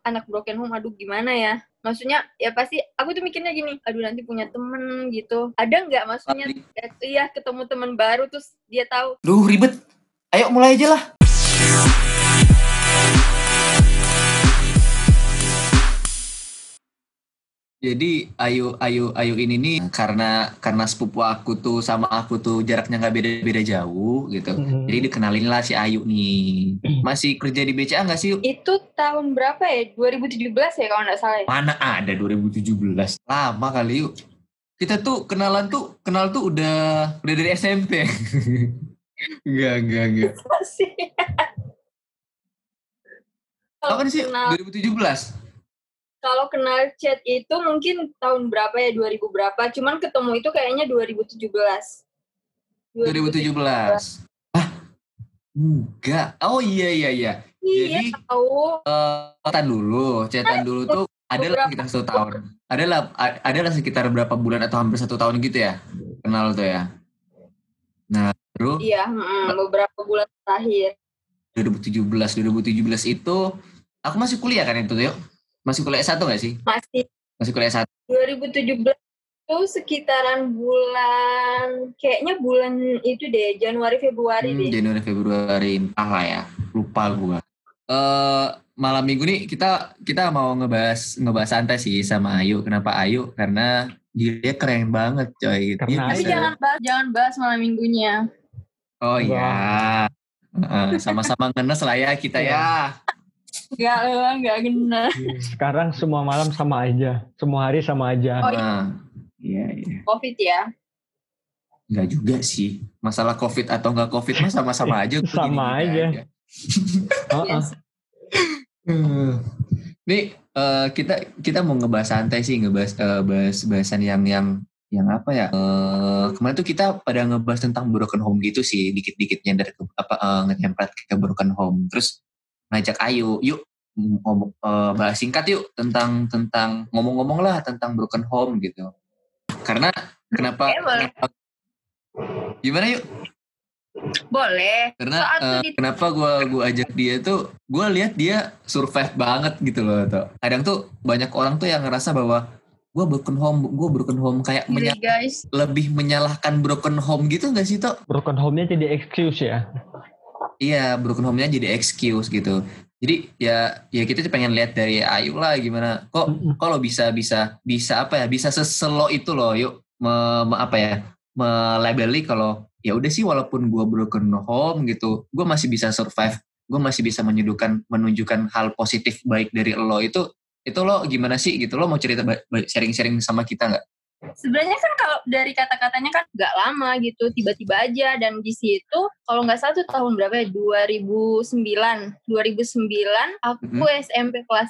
anak broken home, aduh gimana ya, maksudnya ya pasti aku tuh mikirnya gini, aduh nanti punya temen gitu, ada nggak maksudnya iya ketemu temen baru terus dia tahu. Duh ribet, ayo mulai aja lah. Jadi Ayu ini nih karena sepupu aku tuh sama aku tuh jaraknya nggak beda-beda jauh gitu. Jadi dikenalin lah si Ayu nih. Masih kerja di BCA nggak sih? Itu tahun berapa ya? 2017 ya kalau nggak salah ya? Mana ada 2017. Lama kali yuk. Kita tuh kenal tuh udah dari SMP. Enggak. Kapan sih? 2017. Kalau kenal chat itu mungkin tahun berapa ya, 2000 berapa, cuman ketemu itu kayaknya 2017. 2017. Ah, enggak. Oh iya. Iya, Jadi tahu. cetan dulu tuh adalah sekitar 1 tahun. Adalah sekitar berapa bulan atau hampir 1 tahun gitu ya. Kenal tuh ya. Nah, terus iya, beberapa bulan terakhir. 2017 itu aku masih kuliah kan itu tuh yuk. Masih kuliah S1 nggak sih? Masih kuliah S1. 2017 itu sekitaran kayaknya bulan itu deh, Januari Februari deh. Januari Februari, entah lah ya, lupa gua. Malam minggu nih kita mau ngebahas santai sih sama Ayu. Kenapa Ayu? Karena dia keren banget coy. Tapi jangan bahas malam minggunya. Oh iya. Sama-sama ngenes lah ya kita ya. Enggak kena. Sekarang semua malam sama aja. Semua hari sama aja. Oh iya. Covid ya? Enggak juga sih. Masalah Covid atau enggak Covid mah sama-sama aja. Sama aja. Nih kita mau ngebahas santai sih, bahasan yang apa ya? Kemarin tuh kita pada ngebahas tentang broken home gitu sih, dikit-dikitnya dari nge-template ke broken home. Terus ngajak Ayu, yuk bahas singkat yuk tentang ngomong-ngomong lah tentang broken home gitu. Karena kenapa gimana yuk? Boleh. Karena kenapa gue ajak dia tuh, gue lihat dia survive banget gitu loh. Kadang tuh banyak orang tuh yang ngerasa bahwa gue broken home kayak lebih menyalahkan broken home gitu nggak sih toh? Broken home-nya jadi excuse ya? Iya, broken home-nya jadi excuse gitu. Jadi ya kita tuh pengen lihat dari Ayu lah gimana. Kok lo bisa apa ya? Bisa seselo itu loh, yuk melabeli kalau ya udah sih walaupun gue broken home gitu, gue masih bisa survive. Gue masih bisa menunjukkan hal positif baik dari lo itu lo gimana sih gitu. Lo mau cerita sharing-sharing sama kita nggak? Sebenarnya kan kalau dari kata-katanya kan nggak lama gitu, tiba-tiba aja. Dan di situ kalau nggak salah tuh tahun berapa ya, 2009 aku SMP kelas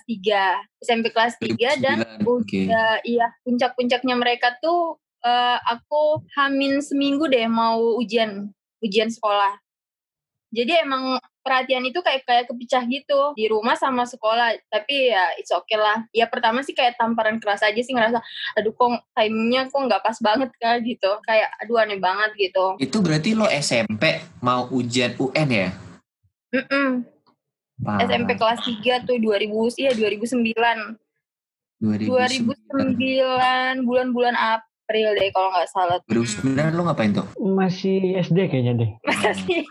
3 dan iya puncak-puncaknya mereka tuh aku hamin seminggu deh mau ujian sekolah. Jadi emang perhatian itu kayak kepecah gitu di rumah sama sekolah. Tapi ya it's okay lah. Ya pertama sih kayak tamparan keras aja sih, ngerasa aduh kok timingnya kok nggak pas banget kan gitu. Kayak aduh aneh banget gitu. Itu berarti lo SMP mau ujian UN ya? SMP kelas 3 tuh 2009. 2009 bulan-bulan April deh kalau nggak salah. 2009 lo ngapain tuh? Masih SD kayaknya deh. Masih.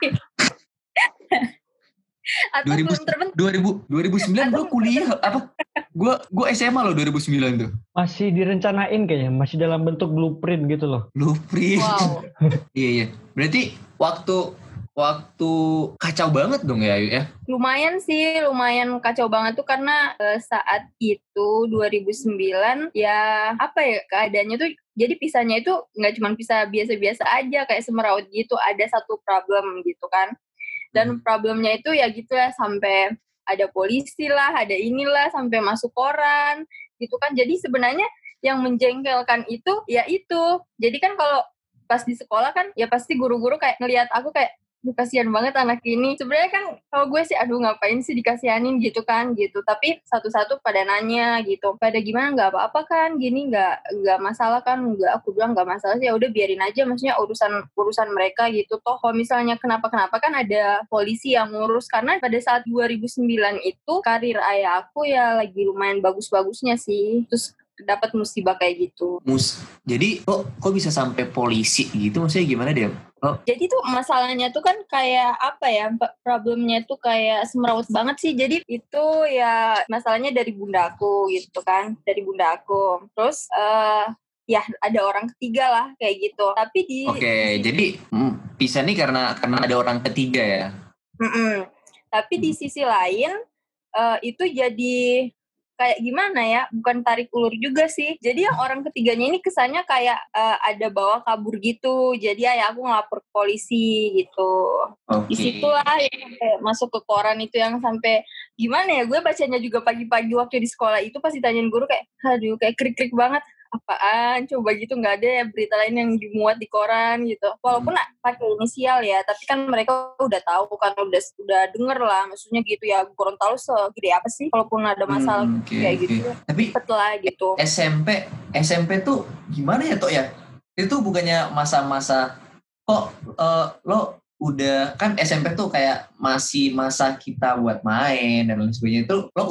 Atau 2009 gue kuliah apa? Gue SMA loh 2009 tuh. Masih direncanain kayaknya, masih dalam bentuk blueprint gitu loh. Blueprint. Wow. Iya. Berarti waktu kacau banget dong ya Ayu ya? Lumayan kacau banget tuh karena saat itu 2009 ya apa ya keadaannya tuh, jadi pisahnya itu nggak cuma pisah biasa-biasa aja kayak semeraut gitu, ada satu problem gitu kan. Dan problemnya itu ya gitu ya, sampai ada polisi lah, ada inilah, sampai masuk koran gitu kan. Jadi sebenarnya yang menjengkelkan itu ya itu. Jadi kan kalau pas di sekolah kan ya pasti guru-guru kayak ngelihat aku kayak Duh, kasihan banget anak ini. Sebenarnya kan kalau gue sih, aduh ngapain sih dikasihanin gitu kan gitu. Tapi satu-satu pada nanya gitu. Pada gimana, nggak apa-apa kan, gini nggak masalah kan. Nggak, aku bilang nggak masalah sih, ya udah biarin aja. Maksudnya urusan mereka gitu. Toh kalau misalnya kenapa-kenapa kan ada polisi yang ngurus. Karena pada saat 2009 itu karir ayah aku ya lagi lumayan bagus-bagusnya sih. Terus dapat musibah kayak gitu. Jadi kok bisa sampai polisi gitu? Maksudnya gimana dia? Jadi tuh masalahnya tuh kan kayak apa ya, problemnya tuh kayak semrawut banget sih. Jadi itu ya masalahnya dari bundaku gitu kan, dari bundaku. Terus ya ada orang ketiga lah kayak gitu. Tapi jadi bisa nih karena ada orang ketiga ya. Tapi di sisi lain itu jadi kayak gimana ya, bukan tarik ulur juga sih. Jadi yang orang ketiganya ini kesannya kayak ada bawa kabur gitu. Jadi ayah aku ngelapor ke polisi gitu. Di situlah yang sampai masuk ke koran itu, yang sampai gimana ya, gue bacanya juga pagi-pagi waktu di sekolah itu pasti tanyain guru kayak, aduh kayak krik-krik banget. Apaan coba gitu, nggak ada ya berita lain yang dimuat di koran gitu, walaupun pakai inisial ya, tapi kan mereka udah tahu kan, udah denger lah, maksudnya gitu ya. Gorontalo segede apa sih kalaupun ada masalah kayak gitu. Tapi setelah gitu SMP tuh gimana ya Tok ya, itu bukannya masa-masa kok lo udah kan SMP tuh kayak masih masa kita buat main dan lain sebagainya, itu lo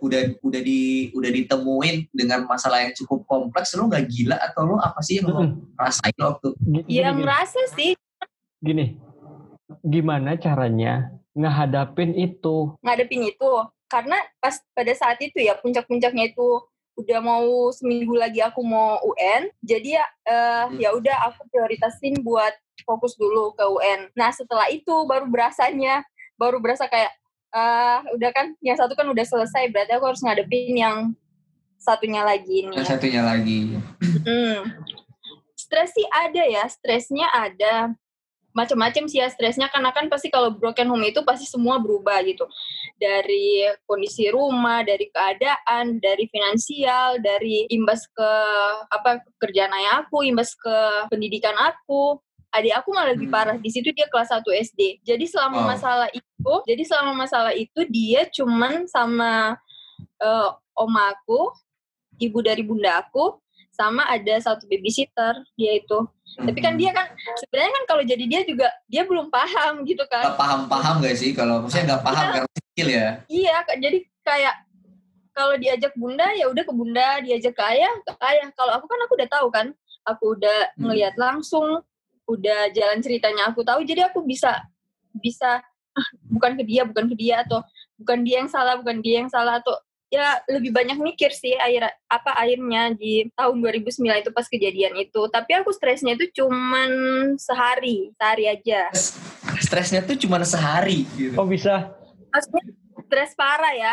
udah ditemuin dengan masalah yang cukup kompleks. Lo nggak gila atau lo apa sih yang lo rasain waktu? Yang ngerasa sih gini, gimana caranya ngadepin itu? Karena pas pada saat itu ya puncak-puncaknya itu udah mau seminggu lagi aku mau UN, jadi ya udah aku prioritasin buat fokus dulu ke UN. Nah setelah itu baru berasa kayak udah kan yang satu kan udah selesai, berarti aku harus ngadepin yang satunya lagi nih. Stres sih ada ya, stresnya ada macam-macam sih ya stresnya, karena kan pasti kalau broken home itu pasti semua berubah gitu, dari kondisi rumah, dari keadaan, dari finansial, dari imbas ke kerjaan ayah aku, imbas ke pendidikan aku. Adik aku malah lebih parah, di situ dia kelas 1 SD. Jadi selama masalah itu dia cuman sama oma aku, ibu dari bunda aku, sama ada satu babysitter dia itu. Tapi kan dia kan sebenarnya kan kalau jadi dia juga dia belum paham gitu kan. Gak paham gak sih kalau maksudnya gak paham karena kecil ya? Iya, jadi kayak kalau diajak bunda ya udah ke bunda, diajak ke ayah. Kalau aku kan aku udah tahu kan, aku udah ngelihat langsung, udah jalan ceritanya aku tahu, jadi aku bisa bukan ke dia atau bukan dia yang salah atau ya lebih banyak mikir sih akhirnya di tahun 2009 itu pas kejadian itu. Tapi aku stresnya itu cuman sehari aja. Stresnya tuh cuman sehari gitu. Oh bisa? Maksudnya stres parah ya.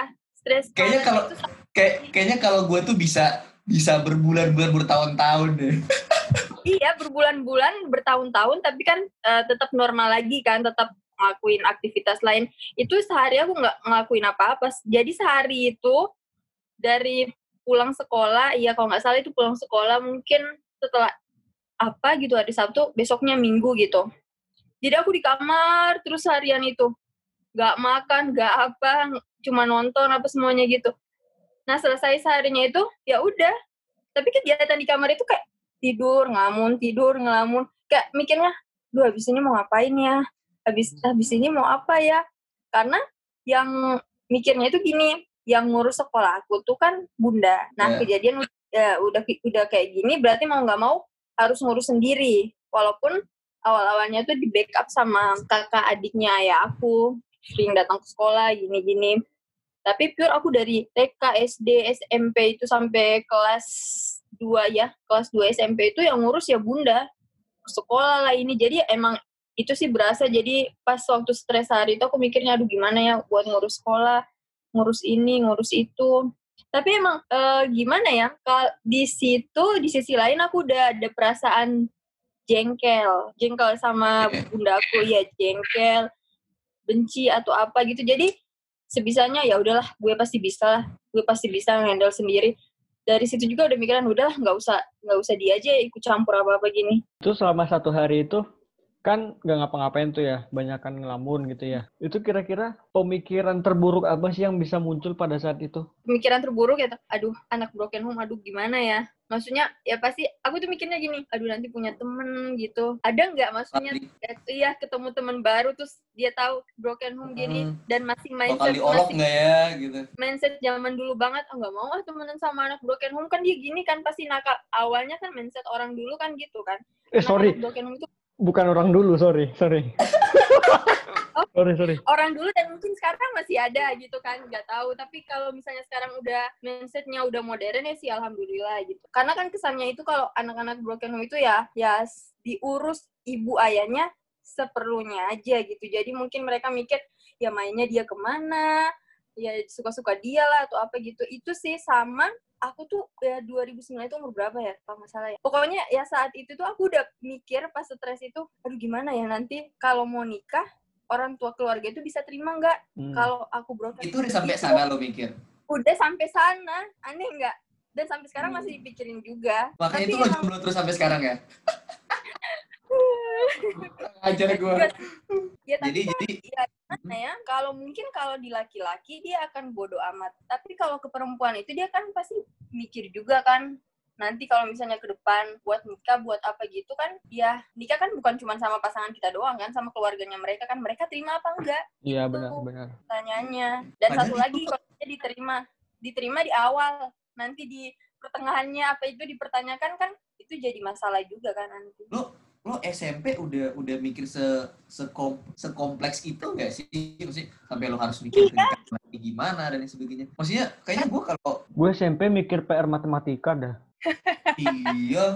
Kayaknya kalau gue tuh bisa berbulan-bulan, bertahun-tahun deh. Iya, berbulan-bulan, bertahun-tahun, tapi kan tetap normal lagi kan, tetap ngelakuin aktivitas lain. Itu sehari aku nggak ngelakuin apa-apa. Jadi sehari itu dari pulang sekolah, ya kalau nggak salah itu pulang sekolah mungkin setelah hari Sabtu, besoknya Minggu gitu. Jadi aku di kamar terus harian itu, nggak makan, nggak apa, cuma nonton apa semuanya gitu. Nah selesai seharinya itu ya udah, tapi kegiatan di kamar itu kayak tidur ngelamun, kayak mikirnya, habis ini mau ngapain ya, habis ini mau apa ya, karena yang mikirnya itu gini, yang ngurus sekolah aku tuh kan bunda. Nah kejadian udah kayak gini, berarti mau nggak mau harus ngurus sendiri, walaupun awal-awalnya tuh di backup sama kakak adiknya ayah aku, sering datang ke sekolah gini-gini. Tapi pure aku dari TK, SD, SMP itu sampai kelas 2 ya, kelas 2 SMP itu yang ngurus ya bunda, sekolah lah ini. Jadi emang itu sih berasa. Jadi pas waktu stres hari itu aku mikirnya, aduh gimana ya buat ngurus sekolah, ngurus ini, ngurus itu. Tapi emang gimana ya, di situ di sisi lain aku udah ada perasaan jengkel sama bunda aku ya, jengkel, benci atau apa gitu. Jadi sebisanya ya udahlah, gue pasti bisa handle sendiri. Dari situ juga udah mikiran, udahlah nggak usah dia aja ikut campur apa gini. Itu selama 1 hari itu kan nggak ngapa-ngapain tuh ya, banyakan ngelamun gitu ya. Itu kira-kira pemikiran terburuk apa sih yang bisa muncul pada saat itu? Pemikiran terburuk ya, aduh anak broken home, aduh gimana ya. Maksudnya ya pasti aku tuh mikirnya gini, aduh nanti punya temen gitu. Ada nggak maksudnya, iya ketemu temen baru terus dia tahu broken home gini dan masih bakal diolok nggak ya gitu. Mindset zaman dulu banget, nggak mau temenan sama anak broken home kan dia gini kan pasti nakal. Awalnya kan mindset orang dulu kan gitu kan. Sorry. Anak broken home itu bukan orang dulu, sorry. Oh, sorry. Orang dulu dan mungkin sekarang masih ada gitu kan, nggak tahu. Tapi kalau misalnya sekarang udah mindsetnya udah modern ya sih alhamdulillah gitu. Karena kan kesannya itu kalau anak-anak broken home itu ya diurus ibu ayahnya seperlunya aja gitu. Jadi mungkin mereka mikir ya mainnya dia kemana, ya suka-suka dia lah atau apa gitu. Itu sih sama aku tuh ya 2009 itu umur berapa ya kalau nggak salah ya. Pokoknya ya saat itu tuh aku udah mikir pas stres itu, aduh gimana ya nanti kalau mau nikah orang tua keluarga itu bisa terima nggak kalau aku broken? Itu udah sampai sana lo mikir? Udah sampai sana, aneh nggak? Dan sampai sekarang masih dipikirin juga. Makanya itu lo jomblo terus sampai sekarang ya? Ajar gue. Ya tapi jadi ya gimana ya? Kalau mungkin kalau di laki-laki dia akan bodoh amat. Tapi kalau ke perempuan itu dia kan pasti mikir juga kan. Nanti kalau misalnya ke depan buat nikah, buat apa gitu kan, ya nikah kan bukan cuma sama pasangan kita doang kan, sama keluarganya mereka kan, mereka terima apa enggak? Iya gitu benar. Pertanyaannya. Dan satu lagi kalau diterima di awal, nanti di pertengahannya apa itu dipertanyakan kan, itu jadi masalah juga kan nanti. Lo SMP udah mikir sekompleks itu nggak sih? Maksudnya sampai lo harus mikir gimana dan sebagainya. Maksudnya kayaknya gue SMP mikir PR matematika dah. Iya,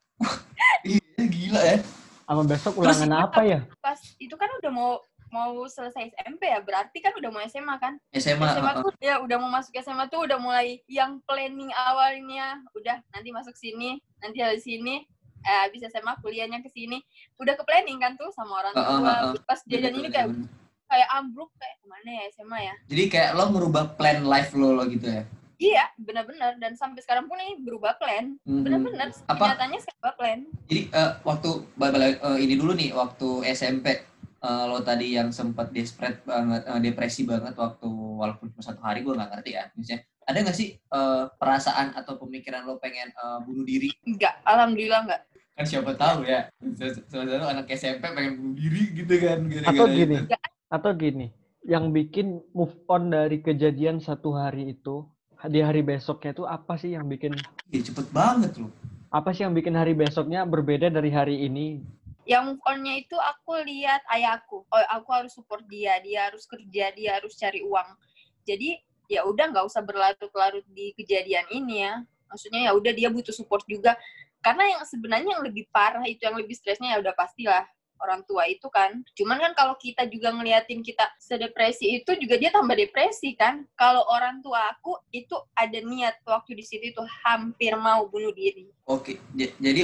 gila ya. Sama besok ulangan apa ya? Pas itu kan udah mau selesai SMP ya, berarti kan udah mau SMA kan? SMA tuh ya udah mau masuk SMA tuh udah mulai yang planning awalnya, udah nanti masuk sini, nanti dari sini, habis SMA kuliahnya ke sini, udah ke planning kan tuh sama orang tua. Pas jajan ini kayak ambruk, kayak kemana ya SMA ya? Jadi kayak lo merubah plan life lo gitu ya? Iya, benar-benar. Dan sampai sekarang pun ini berubah plan. Benar-benar. Kenyataannya sekarang plan. Jadi waktu ini dulu nih, waktu SMP, lo tadi yang sempat desperate banget, depresi banget waktu, walaupun cuma 1 hari, gue nggak ngerti ya. Misalnya, ada nggak sih perasaan atau pemikiran lo pengen bunuh diri? Enggak, alhamdulillah enggak. Kan siapa tahu ya, saudara anak SMP pengen bunuh diri gitu kan. Atau gini, yang bikin move on dari kejadian 1 hari itu, di hari besoknya itu apa sih yang bikin? Ya cepet banget loh. Apa sih yang bikin hari besoknya berbeda dari hari ini? Yang move on-nya itu aku lihat ayahku. Oh, aku harus support dia harus kerja, dia harus cari uang. Jadi ya udah nggak usah berlarut-larut di kejadian ini ya. Maksudnya ya udah dia butuh support juga. Karena yang sebenarnya yang lebih parah itu, yang lebih stresnya ya udah pastilah orang tua itu kan. Cuman kan kalau kita juga ngeliatin kita sedepresi itu juga dia tambah depresi kan. Kalau orang tua aku itu ada niat waktu di situ itu hampir mau bunuh diri. Oke, jadi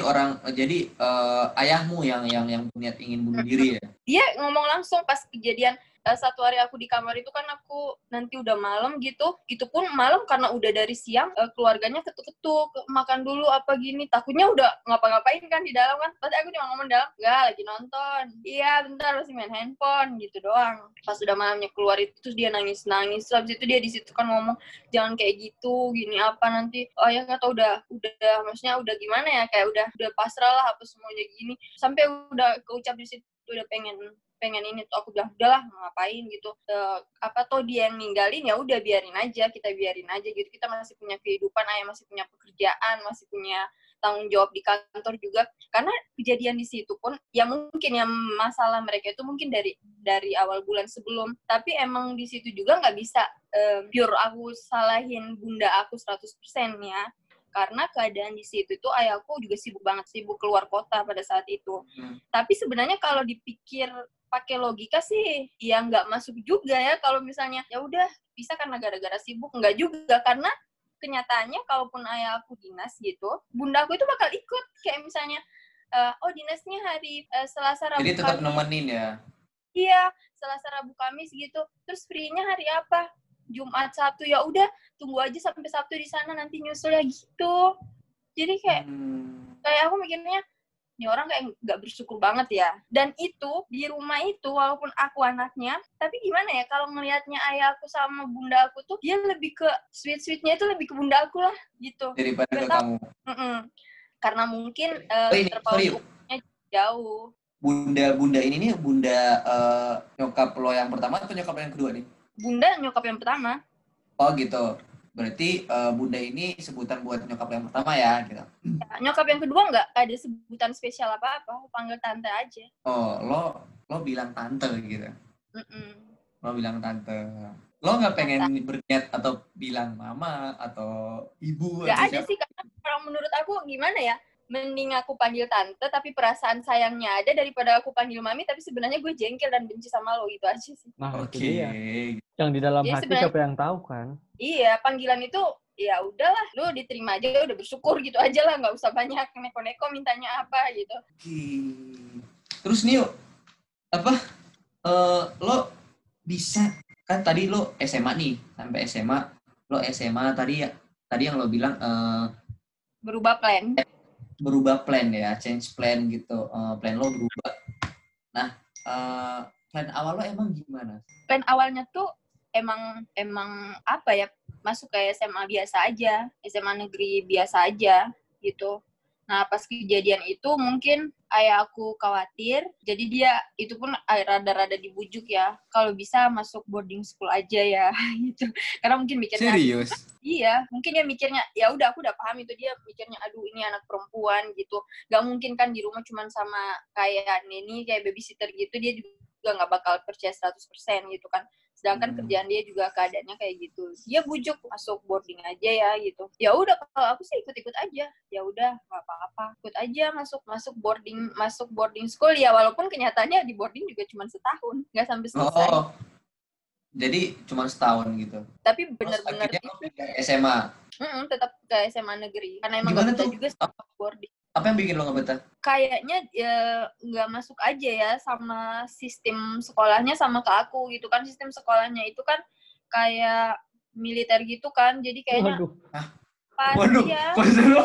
ayahmu yang niat ingin bunuh diri ya? Dia ngomong langsung pas kejadian. 1 hari aku di kamar itu kan aku nanti udah malam gitu, itu pun malam karena udah dari siang keluarganya ketuk-ketuk, makan dulu apa gini, takutnya udah ngapa-ngapain kan di dalam kan, pasti aku cuma ngomong dalam, enggak lagi nonton, iya bentar masih main handphone gitu doang. Pas udah malamnya keluar itu terus dia nangis, habis itu dia di situ kan ngomong jangan kayak gitu, gini apa nanti ayah kata udah maksudnya udah gimana ya, kayak udah pasrah lah apa semuanya gini, sampai udah keucap di situ udah pengen ini tuh, aku bilang udahlah ngapain gitu, apa toh dia yang ninggalin, ya udah biarin aja gitu, kita masih punya kehidupan, ayah masih punya pekerjaan, masih punya tanggung jawab di kantor juga. Karena kejadian di situ pun ya mungkin yang masalah mereka itu mungkin dari awal bulan sebelum, tapi emang di situ juga nggak bisa pure aku salahin bunda aku 100% ya. Karena keadaan di situ itu ayahku juga sibuk keluar kota pada saat itu. Tapi sebenarnya kalau dipikir pakai logika sih ya nggak masuk juga ya, kalau misalnya ya udah bisa karena gara-gara sibuk, nggak juga, karena kenyataannya kalaupun ayah aku dinas gitu, bunda aku itu bakal ikut, kayak misalnya dinasnya hari Selasa Rabu jadi tetap nemenin ya. Iya, Selasa Rabu Kamis gitu, terus free-nya hari apa, Jumat Sabtu, ya udah tunggu aja sampai Sabtu di sana nanti nyusul ya gitu. Jadi kayak aku mikirnya ini orang kayak nggak bersyukur banget ya. Dan itu di rumah itu walaupun aku anaknya, tapi gimana ya kalau ngelihatnya ayah aku sama bunda aku tuh dia lebih ke sweet-sweetnya itu lebih ke bunda aku lah gitu. Daripada Gak ke tau. kamu. Karena mungkin Ini, terpaut sorry. umurnya jauh. Bunda ini nih bunda nyokap lo yang pertama atau nyokap yang kedua nih? Bunda nyokap yang pertama. Oh gitu. Berarti bunda ini sebutan buat nyokap yang pertama ya gitu. Ya, nyokap yang kedua nggak ada sebutan spesial apa-apa, aku panggil tante aja. Oh, lo bilang tante gitu. Lo bilang tante. Lo nggak pengen berniat atau bilang mama atau ibu Nggak atau ada siapa? sih, karena kalau menurut aku gimana ya, mending aku panggil tante tapi perasaan sayangnya ada daripada aku panggil mami tapi sebenarnya gue jengkel dan benci sama lo, gitu aja sih. Nah, Oke. itu dia. Yang di dalam Jadi hati sebenarnya siapa yang tahu kan? iya, panggilan itu ya udahlah, lu diterima aja, udah bersyukur gitu aja lah, nggak usah banyak neko-neko mintanya apa gitu. Oke. Terus nih apa? Lo bisa kan tadi lo SMA nih sampai SMA, lo SMA tadi yang lo bilang Berubah plan. berubah plan ya, change plan gitu, plan lo berubah. Nah, plan awal lo emang gimana? Plan awalnya tuh emang apa ya, masuk ke SMA biasa aja, SMA negeri biasa aja gitu. Nah pas kejadian itu mungkin ayah aku khawatir, jadi dia itu pun rada-rada dibujuk ya, kalau bisa masuk boarding school aja ya gitu. Karena mungkin mikirnya Serius? iya, mungkin dia mikirnya ya udah, aku udah paham itu, dia mikirnya aduh ini anak perempuan gitu, nggak mungkin kan di rumah cuman sama kayak neni kayak babysitter gitu, dia juga nggak bakal percaya 100% gitu kan. Sedangkan kerjaan dia juga keadaannya kayak gitu. Dia bujuk masuk boarding aja ya gitu. Ya udah, kalau aku sih ikut-ikut aja. Ya udah nggak apa-apa. Ikut aja masuk boarding school ya, walaupun kenyataannya di boarding juga cuma setahun, nggak sampai selesai. Oh, jadi cuma setahun gitu. Tapi Terus benar-benar akhirnya lo pindah SMA. tetap ke SMA negeri. Karena emang Gimana nggak betah tuh? juga sama boarding. Apa yang bikin lo nggak betah? Kayaknya nggak masuk aja ya sama sistem sekolahnya sama ke aku gitu kan. Sistem sekolahnya itu kan kayak militer gitu kan, jadi kayaknya pas Waduh, ya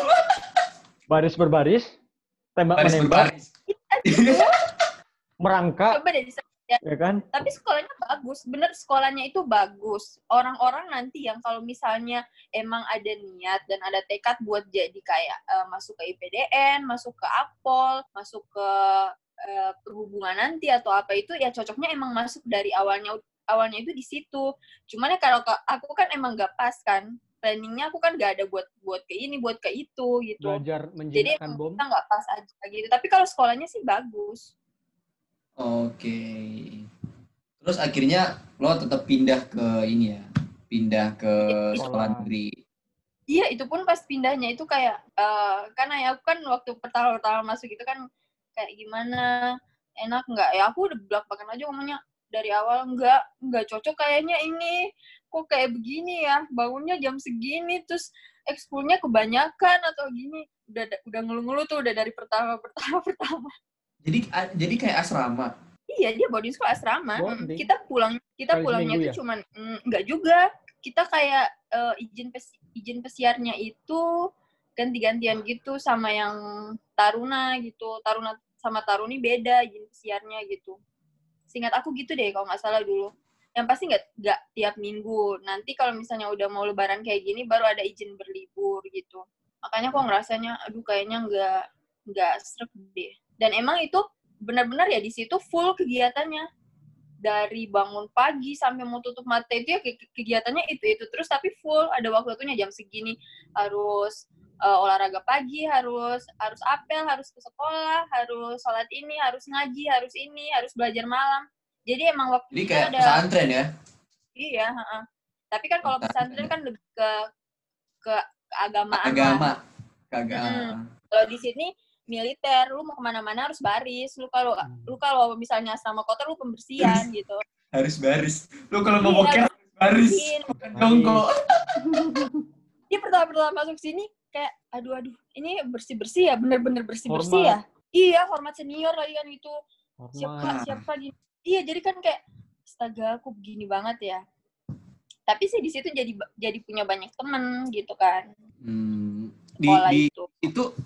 Baris berbaris, tembak baris menembak, berbaris. merangkak, coba deh ya. ya kan? Tapi sekolahnya bagus, bener sekolahnya itu bagus. Orang-orang nanti yang kalau misalnya emang ada niat dan ada tekad buat jadi kayak masuk ke IPDN, masuk ke Akpol, masuk ke perhubungan nanti atau apa itu, ya cocoknya emang masuk dari awalnya itu di situ. Cuman ya kalau aku kan emang gak pas kan, planningnya aku kan gak ada buat ke ini, buat ke itu gitu. Belajar Jadi menjinakkan emang bom. kita gak pas aja gitu. Tapi kalau sekolahnya sih bagus. Oke. Terus akhirnya lo tetap pindah ke ini ya, pindah ke sekolah negeri. Iya, itu pun pas pindahnya itu kayak kan ayah aku kan waktu pertama masuk itu kan kayak gimana, enak nggak ya, aku udah belak-belakan aja ngomongnya dari awal, nggak cocok kayaknya ini, kok kayak begini ya, bangunnya jam segini, terus ekskulnya kebanyakan atau gini, udah ngeluh-ngeluh tuh udah dari pertama. Jadi kayak asrama. Iya, dia boarding school asrama. Boarding. Kita pulangnya itu ya? cuman enggak juga. Kita kayak izin pesiarnya itu ganti-gantian gitu sama yang taruna gitu. Taruna sama taruni beda izin pesiarnya gitu. Seingat aku gitu deh kalau nggak salah dulu. Yang pasti nggak tiap minggu. Nanti kalau misalnya udah mau lebaran kayak gini baru ada izin berlibur gitu. Makanya kok ngerasanya aduh kayaknya nggak srek deh. Dan emang itu benar-benar ya di situ full kegiatannya, dari bangun pagi sampai mau tutup mata itu ya kegiatannya itu terus, tapi full ada waktunya jam segini harus olahraga pagi, harus apel, harus ke sekolah, harus sholat ini, harus ngaji, harus ini, harus belajar malam. Jadi emang waktunya Jadi kayak ada. pesantren ya? Iya. Tapi kan kalau pesantren kan lebih ke keagamaan. Agama. Kalau di sini militer, lu mau kemana-mana harus baris. Lu kalau misalnya asrama kotor, lu pembersihan gitu. Harus baris. Lu kalau mau boker harus baris. Bukan jongkok. Dia pertama masuk sini kayak, aduh, ini bersih-bersih ya, bener-bener bersih-bersih ya. Iya, hormat senior lagi kan gitu. Siapa gini. Iya, jadi kan kayak, astaga, aku begini banget ya. Tapi sih di situ jadi punya banyak temen gitu kan. Itu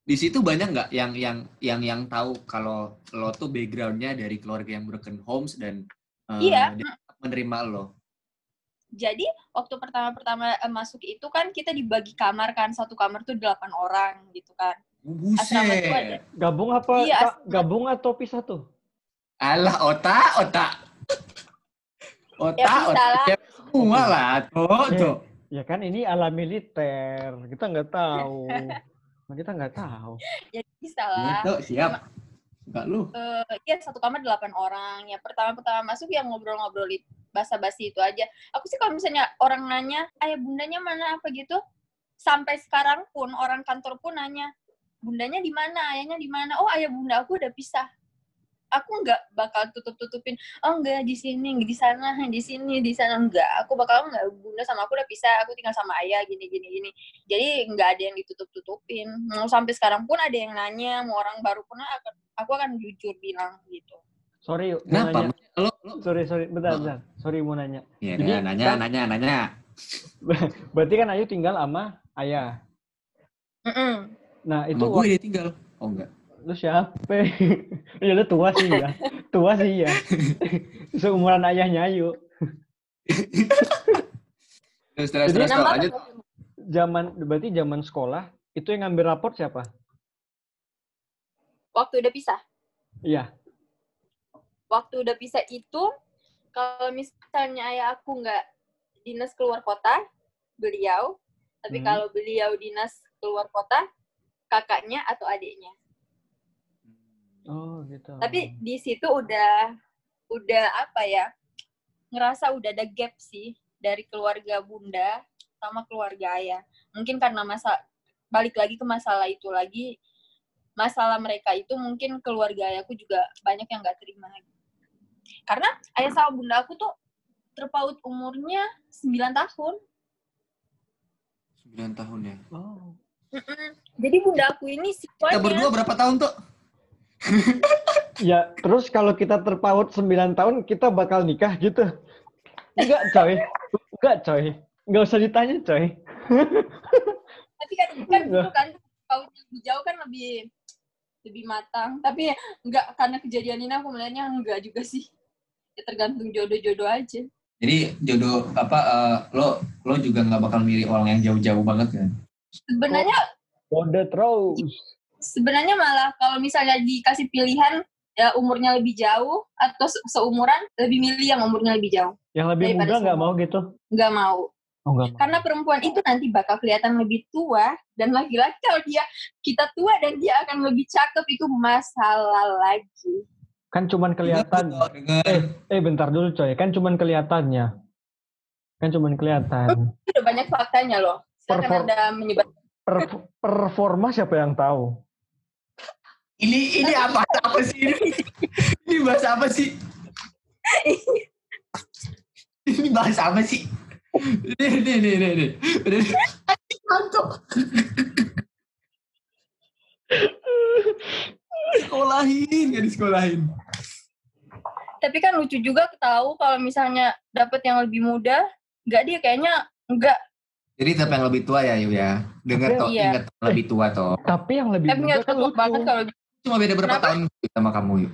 Di situ banyak nggak yang tahu kalau lo tuh backgroundnya dari keluarga yang broken homes dan Iya. dia menerima lo? Jadi waktu pertama-pertama masuk itu kan kita dibagi kamar kan, satu kamar tuh 8 orang gitu kan. Asrama tuh ada. Buset. Gabung apa? Iya, Gabung atau pisah tuh? Alah, otak. Ya bisa lah. Ya, semua lah, tuh. Ya kan ini ala militer, kita nggak tahu. Kita nggak tahu. Ya bisa lah. Tuh, siap. Enggak lu. Iya, satu kamar 8 orang. Ya pertama-pertama masuk yang ngobrol-ngobrolin basa-basi itu aja. Aku sih kalau misalnya orang nanya, ayah bundanya mana apa gitu, sampai sekarang pun orang kantor pun nanya, bundanya di mana, ayahnya di mana? Oh, ayah bunda aku udah pisah. Aku nggak bakal tutup-tutupin, oh enggak di sini, di sana, di sini, di sana, enggak. Aku bakal enggak, bunda sama aku udah pisah, aku tinggal sama ayah, gini. Jadi nggak ada yang ditutup-tutupin. Mau sampai sekarang pun ada yang nanya, mau orang baru pun aku akan jujur bilang gitu. Sorry, kenapa? Lo? Sorry, bentar. Sorry mau nanya. Iya, jadi, nanya. Berarti kan Ayu tinggal sama ayah. Nah, itu sama gue dia tinggal. Oh enggak. Lu siapa? Ya lu tua sih ya. Seumuran ayahnya Ayu. Terus lanjut. Berarti zaman sekolah itu yang ngambil raport siapa? Waktu udah pisah? Iya. Waktu udah pisah itu, kalau misalnya ayah aku nggak dinas keluar kota, beliau. Tapi kalau beliau dinas keluar kota, kakaknya atau adiknya. Oh gitu. Tapi di situ udah apa ya, ngerasa udah ada gap sih dari keluarga bunda sama keluarga ayah. Mungkin karena balik lagi ke masalah itu lagi, masalah mereka itu mungkin keluarga ayahku juga banyak yang nggak terima. Karena ayah sama bunda aku tuh terpaut umurnya 9 tahun. 9 tahun ya? Oh. Jadi bunda aku ini siswanya. Kita berdua berapa tahun tuh? Ya, terus kalau kita terpaut 9 tahun, kita bakal nikah gitu? Enggak, coy. Enggak usah ditanya, coy. Tapi kan gitu kan, pautnya lebih jauh kan lebih matang. Tapi enggak, karena kejadian ini aku melihatnya enggak juga sih. Ya tergantung jodoh-jodoh aja. Jadi jodoh lo juga nggak bakal milih orang yang jauh-jauh banget kan? Sebenarnya bodoh terus. Sebenarnya malah kalau misalnya dikasih pilihan ya umurnya lebih jauh atau seumuran, lebih milih yang umurnya lebih jauh. Yang lebih muda nggak mau gitu? Nggak mau. Oh, nggak mau. Karena perempuan itu nanti bakal kelihatan lebih tua, dan laki-laki kalau kita tua dan dia akan lebih cakep, itu masalah lagi. Kan cuman kelihatan. Bentar dulu coy, kan cuman kelihatannya. Udah banyak faktanya loh. Silakan Anda menyebar. Performa siapa yang tahu? Ini apa sih? Ini bahasa apa sih? Ini bahasa apa sih? Nih. Mantap. Sekolahin. Tapi kan lucu juga tahu kalau misalnya dapet yang lebih muda, dia kayaknya enggak. Jadi siapa yang lebih tua ya, Yu ya? Ingat lebih tua toh. Tapi yang lebih muda kan lucu. Banget kalau cuma beda berapa tahun sama kamu, Yu?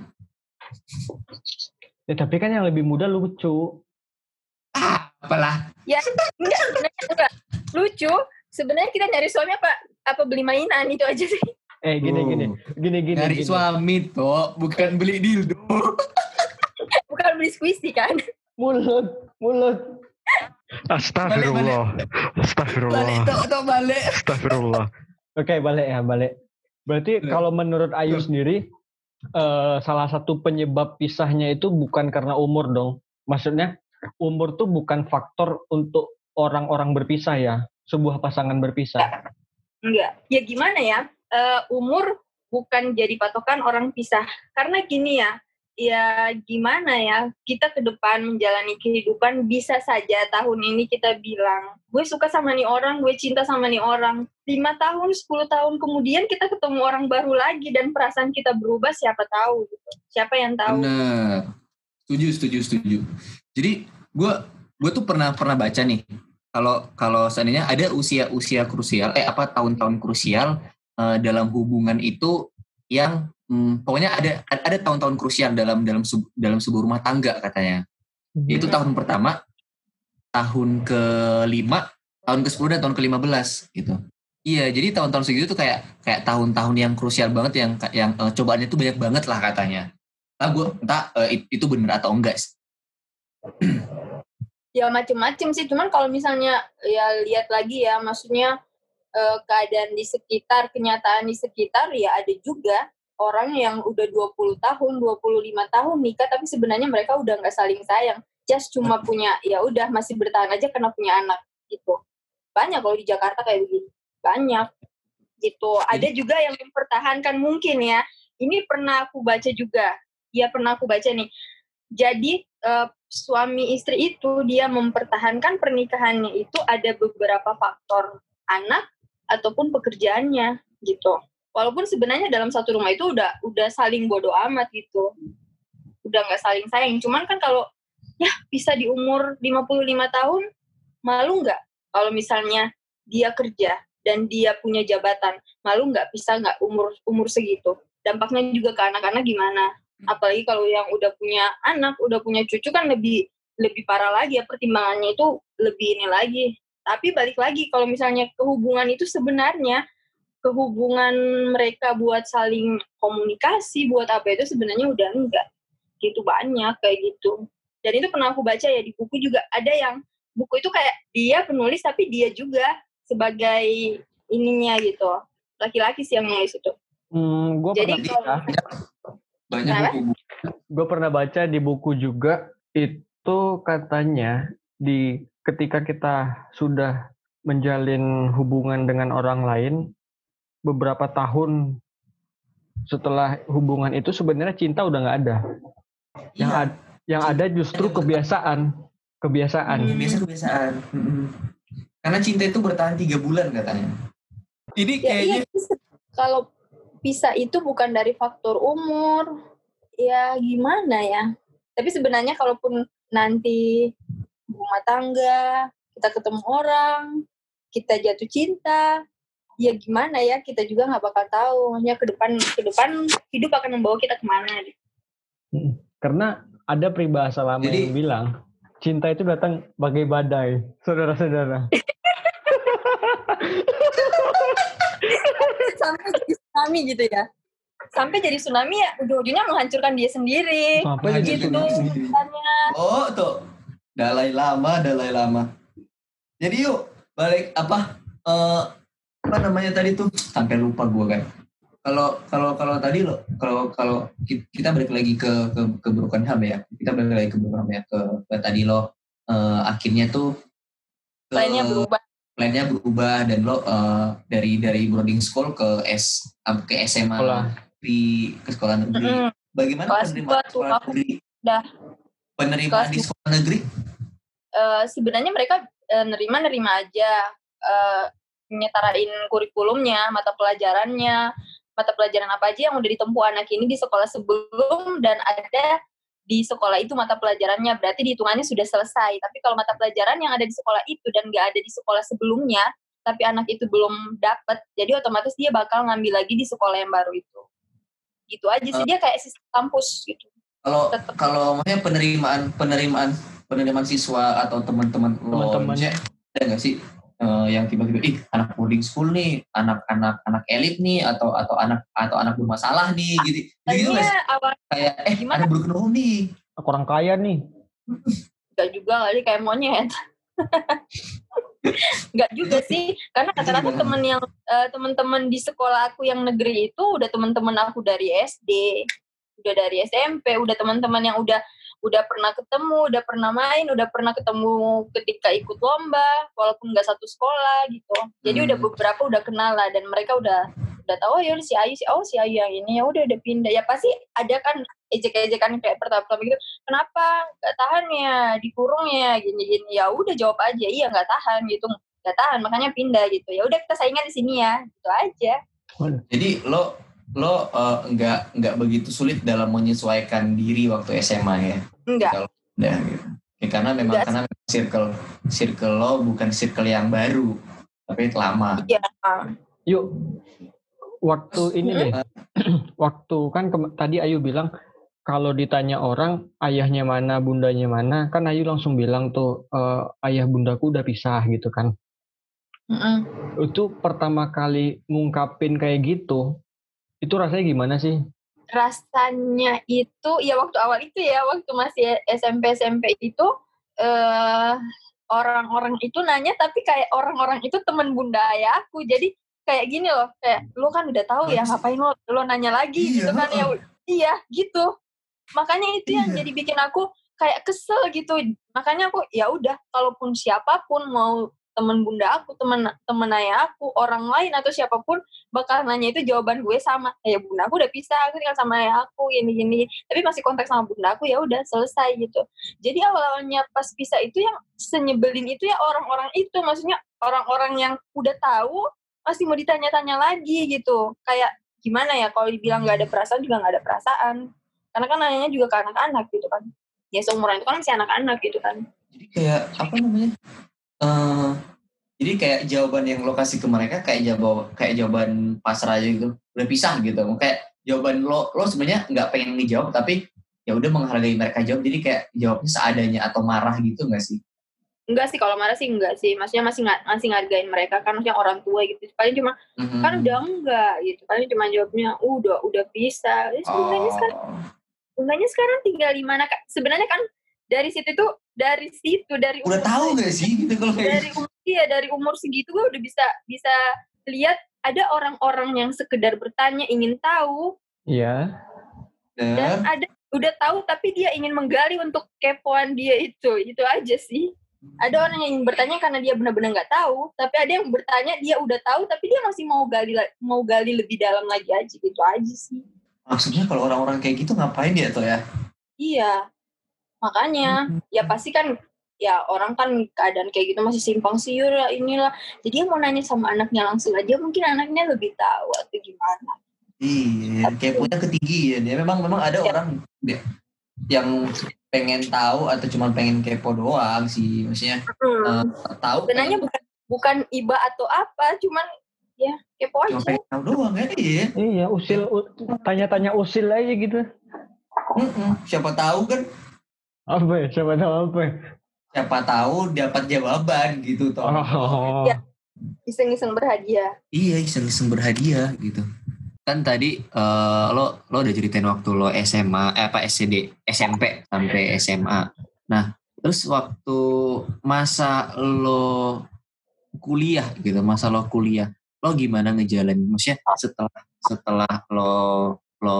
Ya, tapi kan yang lebih muda lucu. Apalah. Ya, enggak. Lucu. Sebenarnya kita nyari suami apa beli mainan itu aja sih. Gini. Nyari suami toh, bukan beli dildo. Bukan beli squishy kan? Mulut. Astagfirullah. Balik. Astagfirullah. Oke, balik. Berarti kalau menurut Ayu sendiri, salah satu penyebab pisahnya itu bukan karena umur dong. Maksudnya, umur tuh bukan faktor untuk orang-orang berpisah ya, sebuah pasangan berpisah. Enggak. Ya gimana ya? Umur bukan jadi patokan orang pisah. Karena gini ya gimana ya, kita ke depan menjalani kehidupan, bisa saja tahun ini kita bilang, gue suka sama nih orang, gue cinta sama nih orang. 5 tahun, 10 tahun kemudian kita ketemu orang baru lagi dan perasaan kita berubah, siapa tahu gitu. Siapa yang tahu? Benar. Setuju. Jadi gue tuh pernah baca nih, kalau seandainya ada usia krusial, tahun-tahun krusial dalam hubungan itu yang pokoknya ada tahun-tahun krusial dalam sebuah rumah tangga katanya. Yaitu tahun pertama, tahun ke-5, tahun ke-10 dan tahun ke-15 gitu. Iya, jadi tahun-tahun segitu tuh kayak tahun-tahun yang krusial banget yang cobaannya tuh banyak banget lah katanya. Itu benar atau enggak sih. Ya macem-macem sih, cuman kalau misalnya ya lihat lagi ya, maksudnya keadaan di sekitar, kenyataan di sekitar, ya ada juga orang yang udah 20 tahun, 25 tahun nikah, tapi sebenarnya mereka udah nggak saling sayang. Just cuma punya, ya udah masih bertahan aja karena punya anak gitu. Banyak kalau di Jakarta kayak begini. Banyak gitu. Ada juga yang mempertahankan mungkin ya. Ini pernah aku baca juga. Ya pernah aku baca nih. Jadi suami istri itu dia mempertahankan pernikahannya itu ada beberapa faktor, anak ataupun pekerjaannya gitu. Walaupun sebenarnya dalam satu rumah itu udah saling bodo amat gitu. Udah nggak saling sayang. Cuman kan kalau ya bisa di umur 55 tahun, malu nggak kalau misalnya dia kerja dan dia punya jabatan, malu nggak bisa nggak umur segitu. Dampaknya juga ke anak-anak gimana? Apalagi kalau yang udah punya anak, udah punya cucu kan lebih parah lagi ya, pertimbangannya itu lebih ini lagi. Tapi balik lagi kalau misalnya kehubungan itu sebenarnya kehubungan mereka buat saling komunikasi, buat apa itu sebenarnya udah enggak gitu, banyak kayak gitu. Dan itu pernah aku baca ya di buku juga, ada yang buku itu kayak dia penulis tapi dia juga sebagai ininya gitu, laki-laki sih yang nulis itu. Gue pernah baca di buku juga, itu katanya ketika kita sudah menjalin hubungan dengan orang lain, beberapa tahun setelah hubungan itu sebenarnya cinta udah nggak ada. Yang ada justru kebiasaan. Kebiasaan. Karena cinta itu bertahan 3 bulan katanya. Ini kayaknya kalau pisah itu bukan dari faktor umur, ya gimana ya. Tapi sebenarnya kalaupun nanti rumah tangga, kita ketemu orang, kita jatuh cinta, ya gimana ya, kita juga nggak bakal tahu. Maksudnya ke depan hidup akan membawa kita kemana. Karena ada peribahasa lama yang bilang, cinta itu datang bagai badai, saudara-saudara. Sampai jadi tsunami gitu ya. Sampai jadi tsunami ya ujung-ujungnya menghancurkan dia sendiri. Sampai gitu. Oh tuh, Dalai Lama. Jadi yuk balik apa namanya tadi tuh, sampai lupa gue kan. Kalau tadi lo, kalau kita balik lagi ke Broken Home ya. Kita balik lagi ke Broken Home ya, ke tadi lo akhirnya tuh plannya berubah dan lo dari boarding school ke SMA ke sekolah negeri. Bagaimana penerimaan sekolah negeri? Penerimaan di sekolah negeri? Sebenarnya mereka nerima aja, nyetarain kurikulumnya, mata pelajaran apa aja yang udah ditempuh anak ini di sekolah sebelum dan ada di sekolah itu mata pelajarannya, berarti dihitungannya sudah selesai. Tapi kalau mata pelajaran yang ada di sekolah itu dan nggak ada di sekolah sebelumnya, tapi anak itu belum dapat, jadi otomatis dia bakal ngambil lagi di sekolah yang baru itu. Gitu aja sih, dia kayak sistem kampus gitu. Kalau maksudnya penerimaan siswa atau teman-teman lo, ada nggak sih yang tiba-tiba anak boarding school nih, anak elit nih, atau anak bermasalah nih gitu nggak sih? Kayak ada broken home nih, orang kaya nih. Nggak juga kali, kayak monyet. Nggak juga sih, karena rata-rata teman-teman di sekolah aku yang negeri itu udah teman-teman aku dari SD, udah dari SMP, udah teman-teman yang udah pernah ketemu, udah pernah main, udah pernah ketemu ketika ikut lomba, walaupun nggak satu sekolah gitu. Jadi udah beberapa udah kenal lah, dan mereka udah tahu ya si Ayu yang ini, ya udah pindah. Ya pasti ada kan ejek-ejekan kayak pertama-tama gitu. Kenapa nggak tahan ya, dikurung ya, gini-gini. Ya udah jawab aja, iya nggak tahan gitu, nggak tahan makanya pindah gitu. Ya udah kita saingan di sini ya, gitu aja. Jadi lo nggak begitu sulit dalam menyesuaikan diri waktu SMA ya? Enggak. Ya, gitu. Ya, karena memang circle lo bukan circle yang baru, tapi lama. Iya. Yuk, waktu ini deh. Waktu kan tadi Ayu bilang kalau ditanya orang ayahnya mana, bundanya mana, kan Ayu langsung bilang tuh ayah bundaku udah pisah gitu kan. Itu pertama kali ngungkapin kayak gitu, itu rasanya gimana sih? Rasanya itu ya waktu awal itu ya, waktu masih SMP itu orang-orang itu nanya, tapi kayak orang-orang itu teman bunda ayah aku. Jadi kayak gini loh, kayak lo kan udah tahu ya, ngapain lo nanya lagi gitu kan ya. Iya gitu. Makanya itu yang jadi bikin aku kayak kesel gitu. Makanya aku ya udah, kalaupun siapapun, mau temen bunda aku, temen ayah aku, orang lain atau siapapun bakal nanya, itu jawaban gue sama. Ya bunda aku udah pisah, aku tinggal sama ayah aku gini. Tapi masih kontak sama bunda aku, ya udah selesai gitu. Jadi awalnya pas pisah itu yang senyebelin itu ya orang-orang itu, maksudnya orang-orang yang udah tahu masih mau ditanya-tanya lagi gitu. Kayak gimana ya, kalau dibilang nggak ada perasaan juga nggak ada perasaan. Karena kan nanyanya juga ke anak-anak gitu kan. Ya seumuran itu kan masih anak-anak gitu kan. Jadi kayak apa namanya? Jadi kayak jawaban yang lo kasih ke mereka kayak jawaban pasrah aja gitu. Udah pisah gitu. Kayak jawaban lo sebenarnya nggak pengen ngejawab, tapi ya udah menghargai mereka jawab. Jadi kayak jawabnya seadanya atau marah gitu nggak sih? Enggak sih, kalau marah sih enggak sih. Maksudnya masih ngargain mereka kan, maksudnya orang tua gitu. Paling cuma kan udah enggak gitu. Paling cuma jawabnya udah pisah. Bundanya sekarang tinggal di mana, Kak? Sebenarnya kan dari udah tahu nggak sih gitu kalau dari umur segitu gue udah bisa lihat ada orang-orang yang sekedar bertanya, ingin tahu. Iya. Dan ada udah tahu tapi dia ingin menggali untuk kepoan dia itu aja sih. Ada orang yang ingin bertanya karena dia benar-benar nggak tahu, tapi ada yang bertanya dia udah tahu tapi dia masih mau gali lebih dalam lagi aja, gitu aja sih. Maksudnya kalau orang-orang kayak gitu ngapain dia tuh ya? Iya, makanya ya pasti kan ya orang kan keadaan kayak gitu masih simpang siur lah inilah. Jadi dia mau nanya sama anaknya langsung aja, mungkin anaknya lebih tahu atau gimana. Iya, keponya ketinggian ya. Memang ada orang yang pengen tahu atau cuma pengen kepo doang sih, maksudnya tahu. Sebenarnya bukan iba atau apa, cuman ya kepo aja. Cuma pengen tahu doang kan? Iya, tanya-tanya usil aja gitu. Siapa tahu kan? Apa ya? Siapa tahu dapat jawaban gitu toh. Ya, iseng-iseng berhadiah. Iya, iseng-iseng berhadiah gitu. Kan tadi lo udah ceritain waktu lo SMA, SMP sampai SMA. Nah, terus waktu masa lo kuliah gitu, lo gimana ngejalanin? Maksudnya setelah lo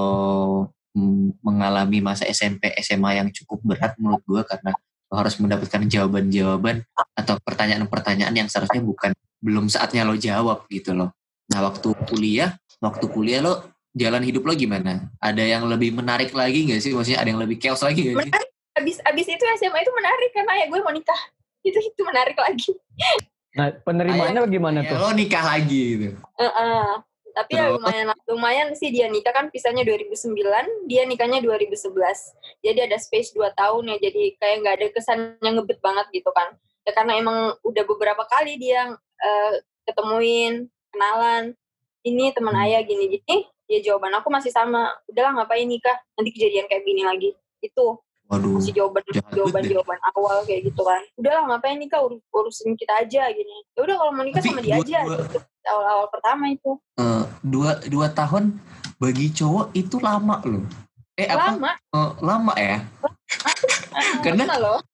mengalami masa SMP, SMA yang cukup berat menurut gue, karena lo harus mendapatkan jawaban-jawaban atau pertanyaan-pertanyaan yang seharusnya belum saatnya lo jawab gitu loh. Nah, waktu kuliah lo jalan hidup lo gimana? Ada yang lebih menarik lagi nggak sih? Maksudnya ada yang lebih chaos lagi nggak sih? Abis itu SMA itu menarik karena ya gue mau nikah. Itu menarik lagi. Nah, penerimaannya gimana tuh? Lo nikah lagi gitu. Tapi ya lumayan sih, dia nikah kan pisahnya 2009, dia nikahnya 2011. Jadi ada space 2 tahun ya, jadi kayak nggak ada kesannya ngebet banget gitu kan. Ya karena emang udah beberapa kali dia ketemuin, kenalan, ini teman ayah gini-gini, ya jawaban aku masih sama, udahlah ngapain nikah, nanti kejadian kayak gini lagi. Itu masih jawaban awal kayak gitu kan. Udahlah ngapain nikah, urusin kita aja gini. Ya udah kalau mau nikah sama dia aja gitu. Awal-awal pertama itu. 2 tahun bagi cowok itu lama loh. Lama. Lama ya. Karena loh.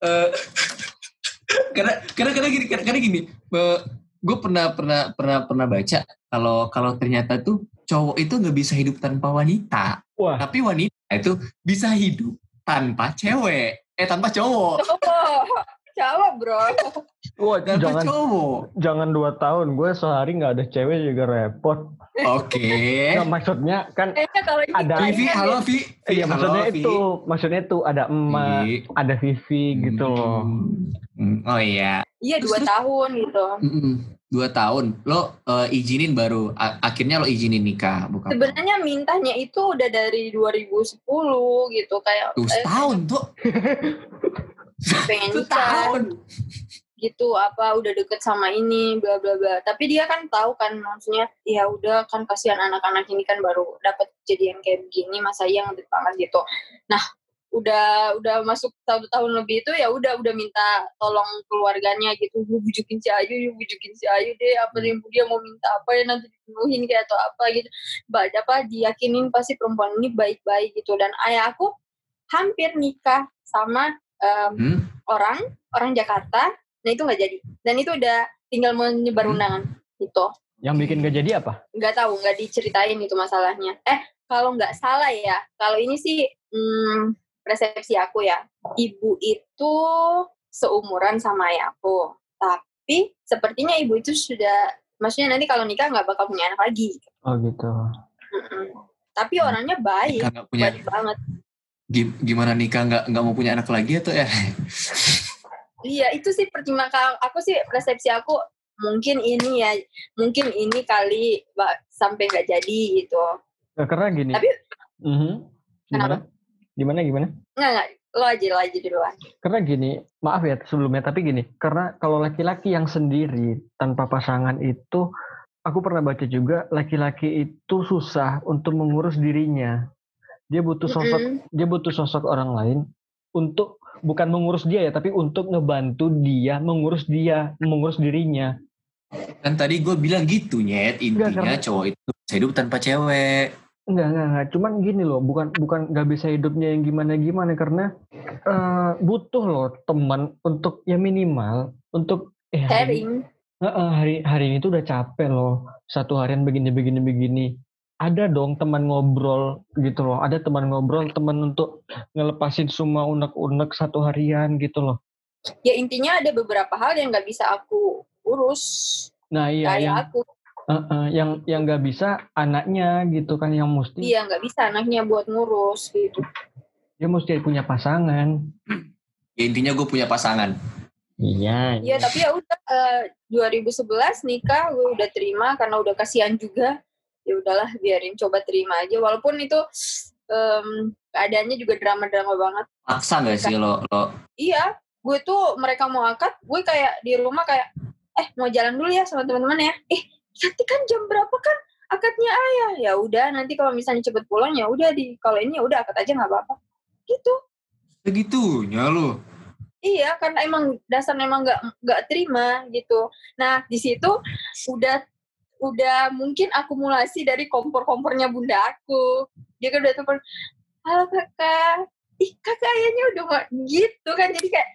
karena gini. Gue pernah baca kalau ternyata tuh cowok itu nggak bisa hidup tanpa wanita. Wah. Tapi wanita itu bisa hidup tanpa cewek. Tanpa cowok. Cowok bro. Wah, jangan 2 tahun. Gue sehari nggak ada cewek juga repot. Oke. Nah, maksudnya kan ada Vivi, halo Vi. Iya, maksudnya itu ada emak, ada Vivi gitu loh. Oh iya. Iya, 2 tahun gitu. 2 tahun. Lo izinin baru akhirnya lo izinin nikah, bukan? Sebenarnya mintanya itu udah dari 2010 gitu, kayak setahun tuh. pengen nikah. gitu, apa udah deket sama ini bla bla bla. Tapi dia kan tahu kan, maksudnya ya udah kan kasihan anak-anak ini kan baru dapat kejadian kayak begini, masa iya ngebet banget gitu. Nah udah masuk 1 tahun lebih itu ya udah minta tolong keluarganya gitu, lu bujukin si Ayu deh, apa dia mau minta apa ya nanti dipenuhin kayak atau apa gitu, diyakinin pasti perempuan ini baik-baik gitu. Dan ayah aku hampir nikah sama orang Jakarta, nah itu nggak jadi, dan itu udah tinggal menyebar undangan gitu. Yang bikin gak jadi apa? Nggak tahu, nggak diceritain itu masalahnya. Kalau nggak salah ya, kalau ini sih persepsi aku ya, ibu itu seumuran sama ayahku, tapi sepertinya ibu itu sudah, maksudnya nanti kalau nikah nggak bakal punya anak lagi. Oh gitu. Tapi orangnya baik, baik banget. Gimana nikah nggak mau punya anak lagi atau ya? Iya, itu sih pertimbangan aku sih, persepsi aku mungkin ini kali sampai nggak jadi gitu. Nah, karena gini. Tapi gimana? Enggak, lo aja duluan. Karena gini, maaf ya sebelumnya, tapi gini, karena kalau laki-laki yang sendiri tanpa pasangan itu, aku pernah baca juga laki-laki itu susah untuk mengurus dirinya. Dia butuh sosok orang lain untuk bukan mengurus dia ya, tapi untuk ngebantu dia mengurus dirinya. Kan tadi gue bilang gitu, Nyet, intinya cowok itu bisa hidup tanpa cewek. Enggak. Cuman gini loh, bukan nggak bisa hidupnya yang gimana karena butuh loh teman untuk ya minimal untuk sharing. Hari ini tuh udah capek loh, satu harian begini. Ada dong teman ngobrol gitu loh, ada teman ngobrol, teman untuk ngelepasin semua unek-unek satu harian gitu loh. Ya intinya ada beberapa hal yang nggak bisa aku urus. Nah iya, yang nggak bisa anaknya gitu kan, yang mesti. Iya, nggak bisa anaknya buat ngurus gitu. Dia mesti punya pasangan. Ya intinya gue punya pasangan. Iya. Iya, tapi ya udah 2011 nikah, gue udah terima karena udah kasihan juga. Ya udahlah, biarin, coba terima aja, walaupun itu keadaannya juga drama-drama banget. Paksa nggak sih lo? Iya, gue tuh mereka mau akad, gue kayak di rumah kayak mau jalan dulu ya sama teman-teman ya. Nanti kan jam berapa kan akadnya ayah? Ya udah, nanti kalau misalnya cepet pulang ya udah, kalau ini ya udah akad aja nggak apa-apa. Gitu. Segitunya lo? Iya, karena emang dasarnya emang nggak terima gitu. Nah di situ udah mungkin akumulasi dari kompor-kompornya bunda aku. Dia kan udah telepon, halo kakak, kakak ayahnya udah gitu kan, jadi kayak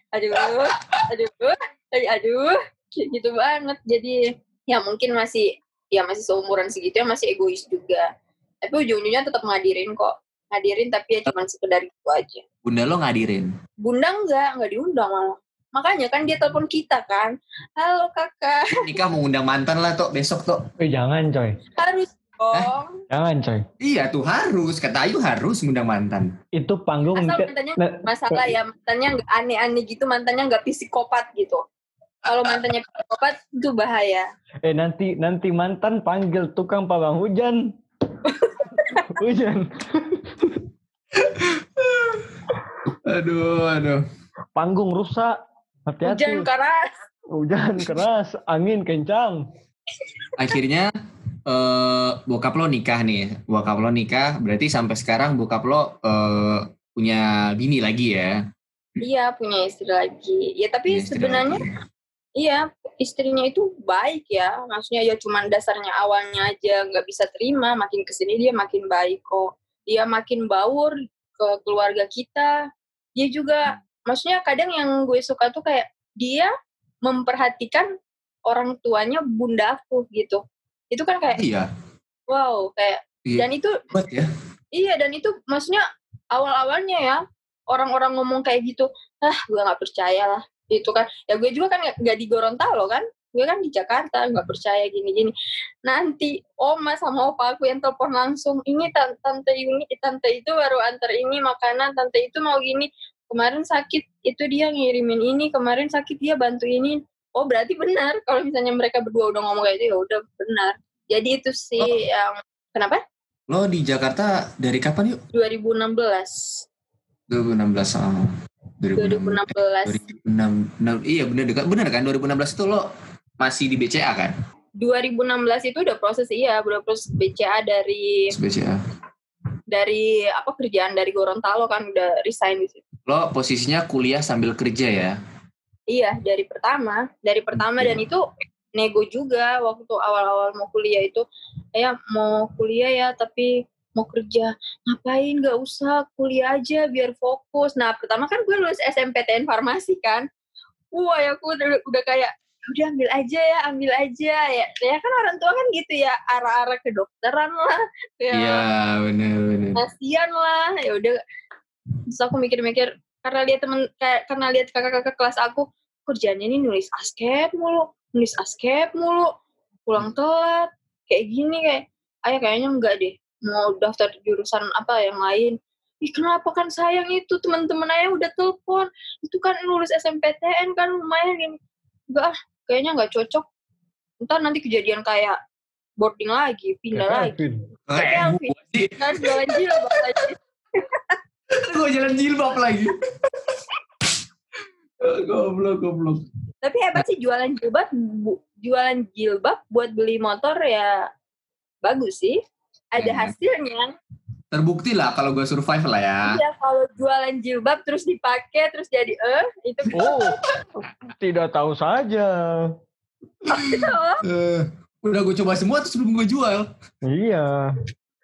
aduh gitu banget. Jadi ya mungkin masih seumuran segitu ya, masih egois juga. Tapi ujung-ujungnya tetap ngadirin tapi ya cuma sekedar gitu aja. Bunda lo ngadirin? Bunda nggak diundang malah. Makanya kan dia telepon kita kan, halo kakak. Nikah mau undang mantan lah Tok, besok Tok. Jangan coy. Harus dong. Jangan coy. Iya tuh harus, kata Ayu harus ngundang mantan. Itu panggung. Asal mantannya masalah ya, mantannya nggak aneh-aneh gitu, mantannya nggak psikopat gitu. Kalau mantannya psikopat itu bahaya. Nanti mantan panggil tukang pawang hujan. Hujan. Aduh. Panggung rusak. Hati-hati. Hujan keras, angin kencang. Akhirnya bokap lo nikah nih. Bokap lo nikah, berarti sampai sekarang bokap lo punya bini lagi ya? Iya, punya istri lagi. Ya tapi sebenarnya iya, istrinya itu baik ya. Maksudnya ya cuman dasarnya awalnya aja nggak bisa terima, makin kesini dia makin baik kok. Dia makin baur ke keluarga kita. Dia juga, maksudnya kadang yang gue suka tuh kayak dia memperhatikan orang tuanya bunda aku gitu. Itu kan kayak wow, kayak dan itu buat ya. Iya, dan itu maksudnya awal-awalnya ya orang-orang ngomong kayak gitu, gue nggak percaya lah. Itu kan ya, gue juga kan nggak di Gorontalo kan, gue kan di Jakarta, nggak percaya gini-gini. Nanti oma sama opa aku yang telepon langsung, ini tante itu baru antar ini makanan, tante itu mau gini, kemarin sakit itu dia ngirimin ini, kemarin sakit dia bantu ini. Oh berarti benar kalau misalnya mereka berdua udah ngomong kayak itu, ya udah benar. Jadi itu sih yang kenapa? Lo di Jakarta dari kapan yuk? 2016. 2016. 2016. 2006, iya bener kan 2016 itu lo masih di BCA kan? 2016 itu udah proses BCA dari kerjaan dari Gorontalo kan, udah resign di situ. Lo posisinya kuliah sambil kerja ya? Iya, dari pertama dan itu nego juga waktu awal-awal mau kuliah itu. Mau kuliah ya tapi mau kerja. Ngapain, gak usah, kuliah aja biar fokus. Nah, pertama kan gue lulus SMPTN farmasi kan. Aku udah kayak udah ambil aja ya kan orang tua kan gitu ya, arah-arah kedokteran lah. Iya, benar. Kasian lah, ya udah. Terus aku mikir-mikir karena lihat kakak-kakak kelas aku kerjanya ini nulis askep mulu, pulang telat, kayak gini, kayaknya enggak deh, mau daftar jurusan apa yang lain. Kenapa, kan sayang itu teman-teman ayah udah telepon, itu kan nulis SMPTN kan lumayan gini. Enggak, kayaknya enggak cocok. Entar nanti kejadian kayak boarding lagi, pindah lagi. Kayak kan jualan jilbab lagi. Gue jalan jilbab lagi. Goblok. Tapi hebat sih jualan jilbab buat beli motor ya, bagus sih. Ada hasilnya. Terbukti lah kalau gue survive lah ya. Iya, kalau jualan jilbab terus dipakai terus jadi itu. Tidak tahu saja. Udah gue coba semua terus belum gue jual. Iya.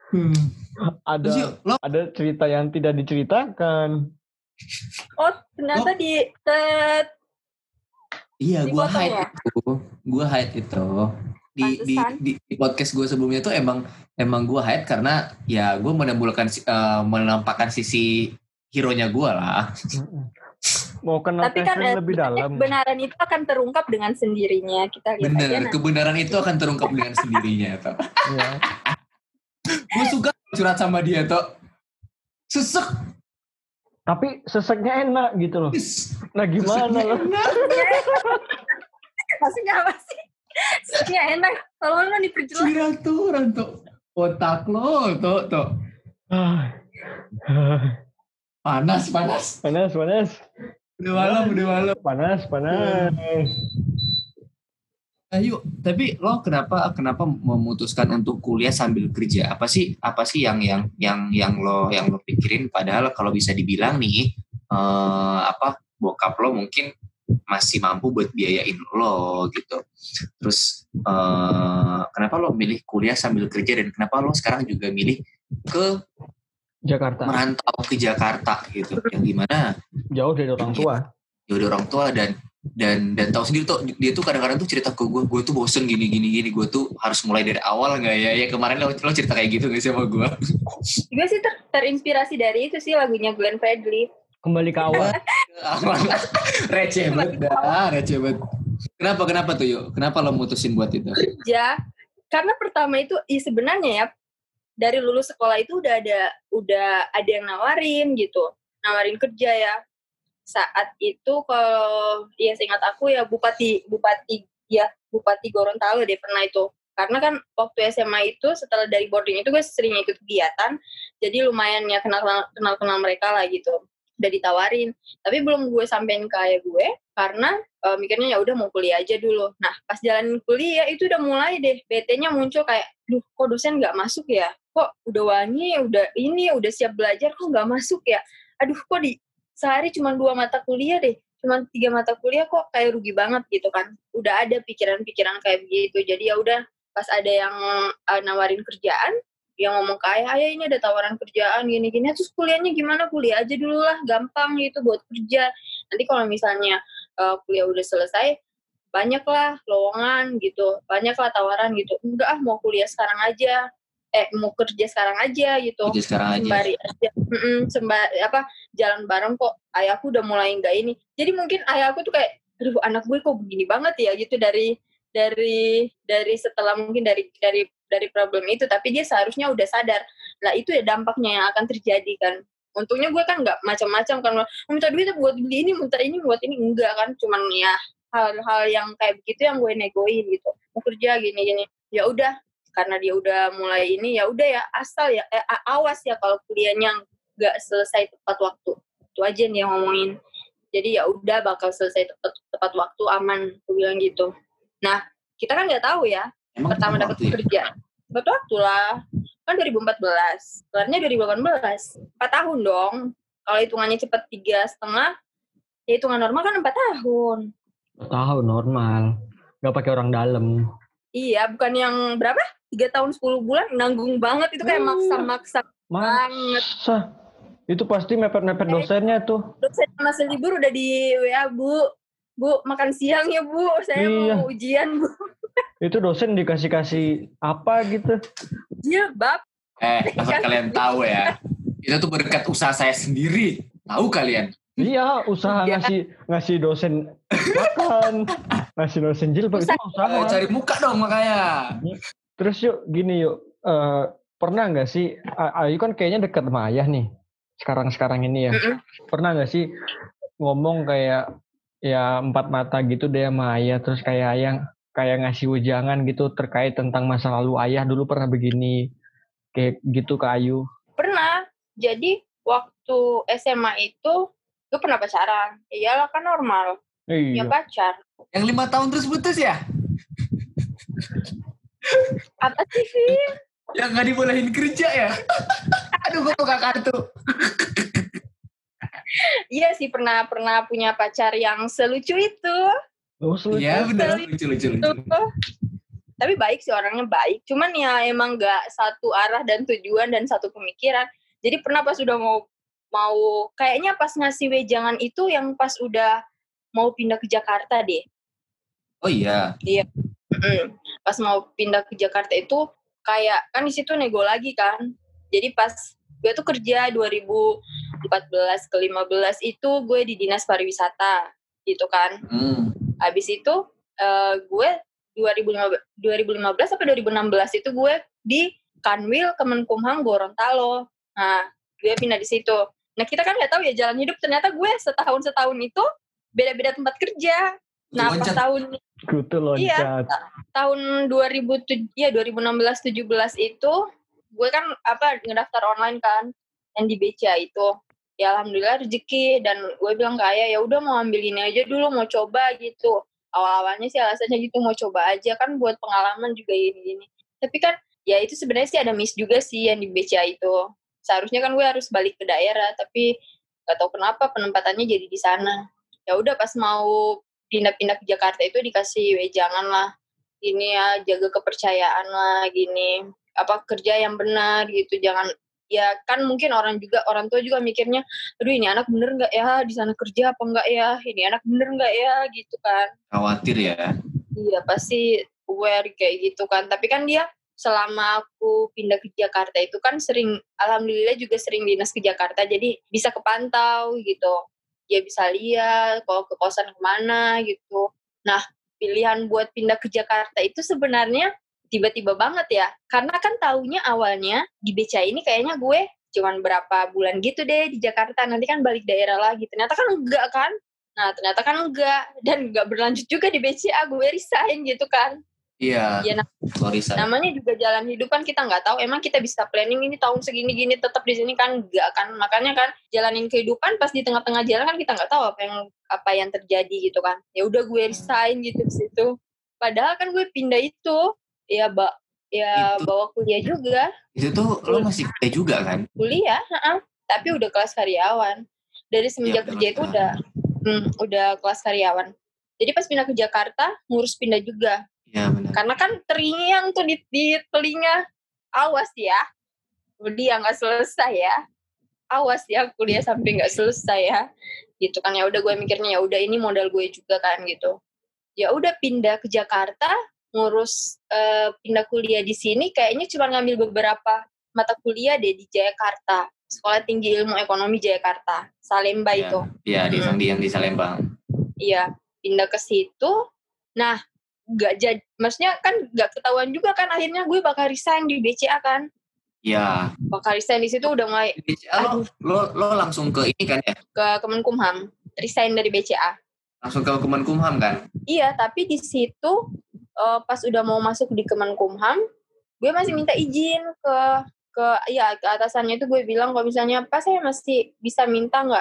Ada cerita yang tidak diceritakan. Oh, ternyata iya, gue hide itu. Di podcast gue sebelumnya tuh emang gue hide karena ya gue menampakkan sisi hero-nya gue lah. Mau kenal lebih dalam. Kebenaran itu akan terungkap dengan sendirinya. Kita lihat aja. Bener, kebenaran itu akan terungkap dengan sendirinya, toh. Iya. Gue suka curhat sama dia, toh. Sesek. Tapi seseknya enak gitu loh. Nah gimana loh? Maksudnya apa sih? Seseknya enak. Tolong lo diperjelas. Ciraturan tuh. Otak lo tuh. Panas. Udah malam. Panas. Ayo, tapi lo kenapa memutuskan untuk kuliah sambil kerja? Apa sih yang lo pikirin? Padahal kalau bisa dibilang nih, bokap lo mungkin masih mampu buat biayain lo gitu. Terus kenapa lo milih kuliah sambil kerja dan kenapa lo sekarang juga milih ke Jakarta, merantau ke Jakarta gitu? Yang gimana? Jauh dari orang tua dan tahu sendiri tuh dia tuh kadang-kadang tuh cerita ke gue tuh bosen gini gue tuh harus mulai dari awal nggak ya kemarin lo cerita kayak gitu nggak sih sama gue sih terinspirasi dari itu sih lagunya Glenn Fredly, kembali ke awal. receh banget. Kenapa tuh yuk kenapa lo mutusin buat itu? Ya karena pertama itu sebenarnya ya dari lulus sekolah itu udah ada yang nawarin kerja ya. Saat itu kalau ya seingat aku ya Bupati Gorontalo deh pernah itu. Karena kan waktu SMA itu setelah dari boarding itu gue sering ikut kegiatan, jadi lumayan ya kenal mereka lah gitu. Udah ditawarin, tapi belum gue sampein ke ayah gue karena mikirnya ya udah mau kuliah aja dulu. Nah pas jalanin kuliah itu udah mulai deh BT-nya muncul kayak, kok dosen nggak masuk ya? Kok udah wangi, udah siap belajar kok nggak masuk ya? Kok sehari cuma 2 mata kuliah deh, cuma 3 mata kuliah kok kayak rugi banget gitu kan. Udah ada pikiran-pikiran kayak begitu. Jadi ya udah pas ada yang nawarin kerjaan, yang ngomong ke ayah ini ada tawaran kerjaan gini-gini, terus kuliahnya gimana? Kuliah aja dulu lah, gampang gitu buat kerja. Nanti kalau misalnya kuliah udah selesai, banyak lah lowongan gitu, banyak lah tawaran gitu. Enggak mau kuliah sekarang aja. Mau kerja sekarang aja gitu. Sembari aja. Jalan bareng kok. Ayahku udah mulai enggak ini. Jadi mungkin ayahku tuh kayak, anak gue kok begini banget ya gitu dari setelah mungkin dari problem itu, tapi dia seharusnya udah sadar. Lah itu ya dampaknya yang akan terjadi kan. Untungnya gue kan enggak macam-macam kan, minta duit buat beli ini, minta ini buat ini, enggak kan, cuman ya hal-hal yang kayak begitu yang gue negoin gitu. Mau kerja gini-gini. Ya udah, karena dia udah mulai ini ya udah ya asal ya awas ya kalau kuliahnya nggak selesai tepat waktu, itu aja nih yang ngomongin. Jadi ya udah bakal selesai tepat waktu, aman, aku bilang gitu. Nah, kita kan nggak tahu ya. Emang Pertama dapat kerja. Tepat waktu lah. Kan 2014. Kelarnya 2018. 4 tahun dong. Kalau hitungannya cepat 3,5, ya hitungan normal kan 4 tahun. Tahu normal. Gak pakai orang dalam. Iya, bukan yang berapa? 3 tahun 10 bulan, nanggung banget. Itu kayak maksa-maksa banget. Itu pasti mepet-mepet dosennya tuh. Dosen masa libur udah di WA, Bu, makan siang ya Bu, saya mau ujian Bu. Itu dosen dikasih apa gitu. Iya, Bab. Asal kalian tahu ya, itu tuh berkat usaha saya sendiri. Tahu kalian? Iya, usaha ngasih dosen makan, ngasih dosen jilbab itu usaha. Cari muka dong makanya. Terus yuk, gini yuk, pernah nggak sih, Ayu kan kayaknya dekat sama Ayah nih, sekarang ini ya. Pernah nggak sih ngomong kayak ya 4 mata gitu deh sama Ayah, terus kayak Ayah kayak ngasih ujangan gitu terkait tentang masa lalu Ayah dulu pernah begini, kayak gitu ke Ayu? Pernah. Jadi waktu SMA itu gue pernah pacaran. Iyalah kan normal. Iya. Ya pacar. Yang 5 tahun terus putus ya? Apa sih, Vin? Yang gak dibolehin kerja ya? Aduh, gue buka kartu. Iya sih, pernah punya pacar yang selucu itu. Iya bener, lucu. Tapi baik sih, orangnya baik. Cuman ya emang gak satu arah dan tujuan dan satu pemikiran. Jadi pernah pas udah mau kayaknya pas ngasih wejangan itu yang pas udah mau pindah ke Jakarta deh. Oh iya? Iya. Pas mau pindah ke Jakarta itu kayak kan di situ nego lagi kan. Jadi pas gue tuh kerja 2014 ke 15 itu gue di dinas pariwisata gitu kan. Habis itu gue 2015 sampai 2016 itu gue di Kanwil Kemenkumham Gorontalo. Nah, gue pindah di situ. Nah, kita kan nggak tahu ya jalan hidup, ternyata gue setahun itu beda-beda tempat kerja. Nah, pas tahun tahun 2016-17 itu gue kan ngedaftar online kan yang di BCA itu. Ya alhamdulillah rezeki, dan gue bilang ke Ayah, ya udah mau ambil ini aja dulu, mau coba gitu. Awal-awalnya sih alasannya gitu, mau coba aja kan buat pengalaman juga ini. Tapi kan ya itu sebenarnya sih ada miss juga sih yang di BCA itu. Seharusnya kan gue harus balik ke daerah, tapi gak tahu kenapa penempatannya jadi di sana. Ya udah pas mau pindah-pindah ke Jakarta itu dikasih wejangan lah, gini ya, jaga kepercayaan lah, gini kerja yang benar gitu, jangan ya kan mungkin orang tua juga mikirnya, aduh ini anak bener nggak ya di sana kerja apa enggak ya, ini anak bener nggak ya gitu kan, khawatir ya. Iya pasti aware kayak gitu kan. Tapi kan dia selama aku pindah ke Jakarta itu kan alhamdulillah juga sering dinas ke Jakarta, jadi bisa kepantau gitu. Dia bisa lihat kalau ke kosan kemana gitu. Nah, pilihan buat pindah ke Jakarta itu sebenarnya tiba-tiba banget ya. Karena kan taunya awalnya di BCA ini kayaknya gue cuman berapa bulan gitu deh di Jakarta, nanti kan balik daerah lagi. Ternyata kan enggak kan. Nah, ternyata kan enggak. Dan enggak berlanjut juga di BCA, gue resign gitu kan. Iya, ya, namanya juga jalan hidup kan, kita nggak tahu emang kita bisa planning ini tahun segini-gini tetap di sini kan, nggak kan. Makanya kan jalanin kehidupan pas di tengah-tengah jalan kan kita nggak tahu apa yang terjadi gitu kan. Ya udah gue resign gitu di situ. Padahal kan gue pindah itu bawa kuliah juga. Itu tuh lo masih kuliah juga kan? Kuliah, tapi udah kelas karyawan. Dari semenjak kerja itu udah kelas karyawan. Jadi pas pindah ke Jakarta ngurus pindah juga. Ya, benar. Karena kan terngiang tuh di telinga, awas ya, kuliah nggak selesai ya, awas ya kuliah sampai nggak selesai ya, gitu kan. Ya udah gue mikirnya ya udah ini modal gue juga kan gitu. Ya udah pindah ke Jakarta, ngurus pindah kuliah di sini, kayaknya cuma ngambil beberapa mata kuliah deh di Jakarta, Sekolah Tinggi Ilmu Ekonomi Jakarta, Salemba ya, itu. Iya, yang di Salembang. Iya, pindah ke situ. Nah, nggak jadi, maksudnya kan nggak ketahuan juga kan, akhirnya gue bakal resign di BCA kan. Iya. Bakal resign di situ udah mulai. BCA lo langsung ke ini kan ya? Ke Kemenkumham, resign dari BCA. Langsung ke Kemenkumham kan? Iya, tapi di situ pas udah mau masuk di Kemenkumham, gue masih minta izin ke atasannya itu, gue bilang kalau misalnya pas saya masih bisa minta nggak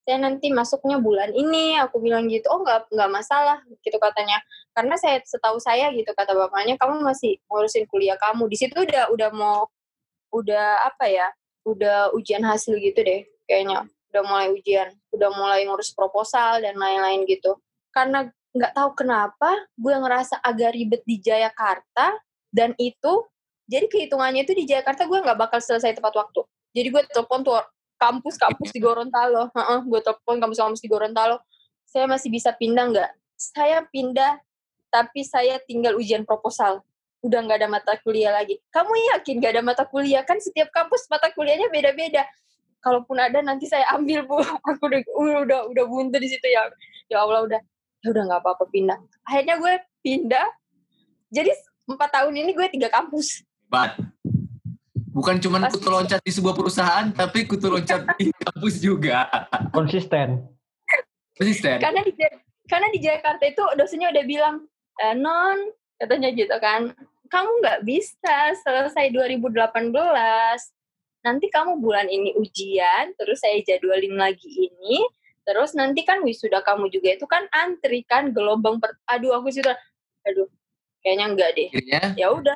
saya nanti masuknya bulan ini, aku bilang gitu. Oh nggak masalah gitu katanya, karena setahu saya gitu kata bapaknya, kamu masih ngurusin kuliah kamu. Di situ udah apa ya, udah ujian hasil gitu deh kayaknya, udah mulai ujian, udah mulai ngurus proposal dan lain-lain gitu. Karena nggak tahu kenapa gue ngerasa agak ribet di Jakarta, dan itu jadi kehitungannya itu di Jakarta gue nggak bakal selesai tepat waktu. Jadi gue telepon tuh kampus-kampus di Gorontalo, gue telepon kampus-kampus di Gorontalo, saya masih bisa pindah nggak? Saya pindah, tapi saya tinggal ujian proposal. Udah nggak ada mata kuliah lagi. Kamu yakin nggak ada mata kuliah? Kan setiap kampus mata kuliahnya beda-beda. Kalaupun ada nanti saya ambil, Bu. Aku udah buntu di situ ya. Ya Allah udah nggak apa-apa pindah. Akhirnya gue pindah. Jadi 4 tahun ini gue 3 kampus. Bukan cuma kutu loncat di sebuah perusahaan, tapi kutu loncat di kampus juga. Konsisten. Karena di Jakarta itu dosennya udah bilang, Non, katanya gitu kan, kamu nggak bisa selesai 2018. Nanti kamu bulan ini ujian, terus saya jadwalin lagi ini, terus nanti kan wisuda kamu juga itu kan antri kan gelombang aku kayaknya enggak deh. Akhirnya ya udah.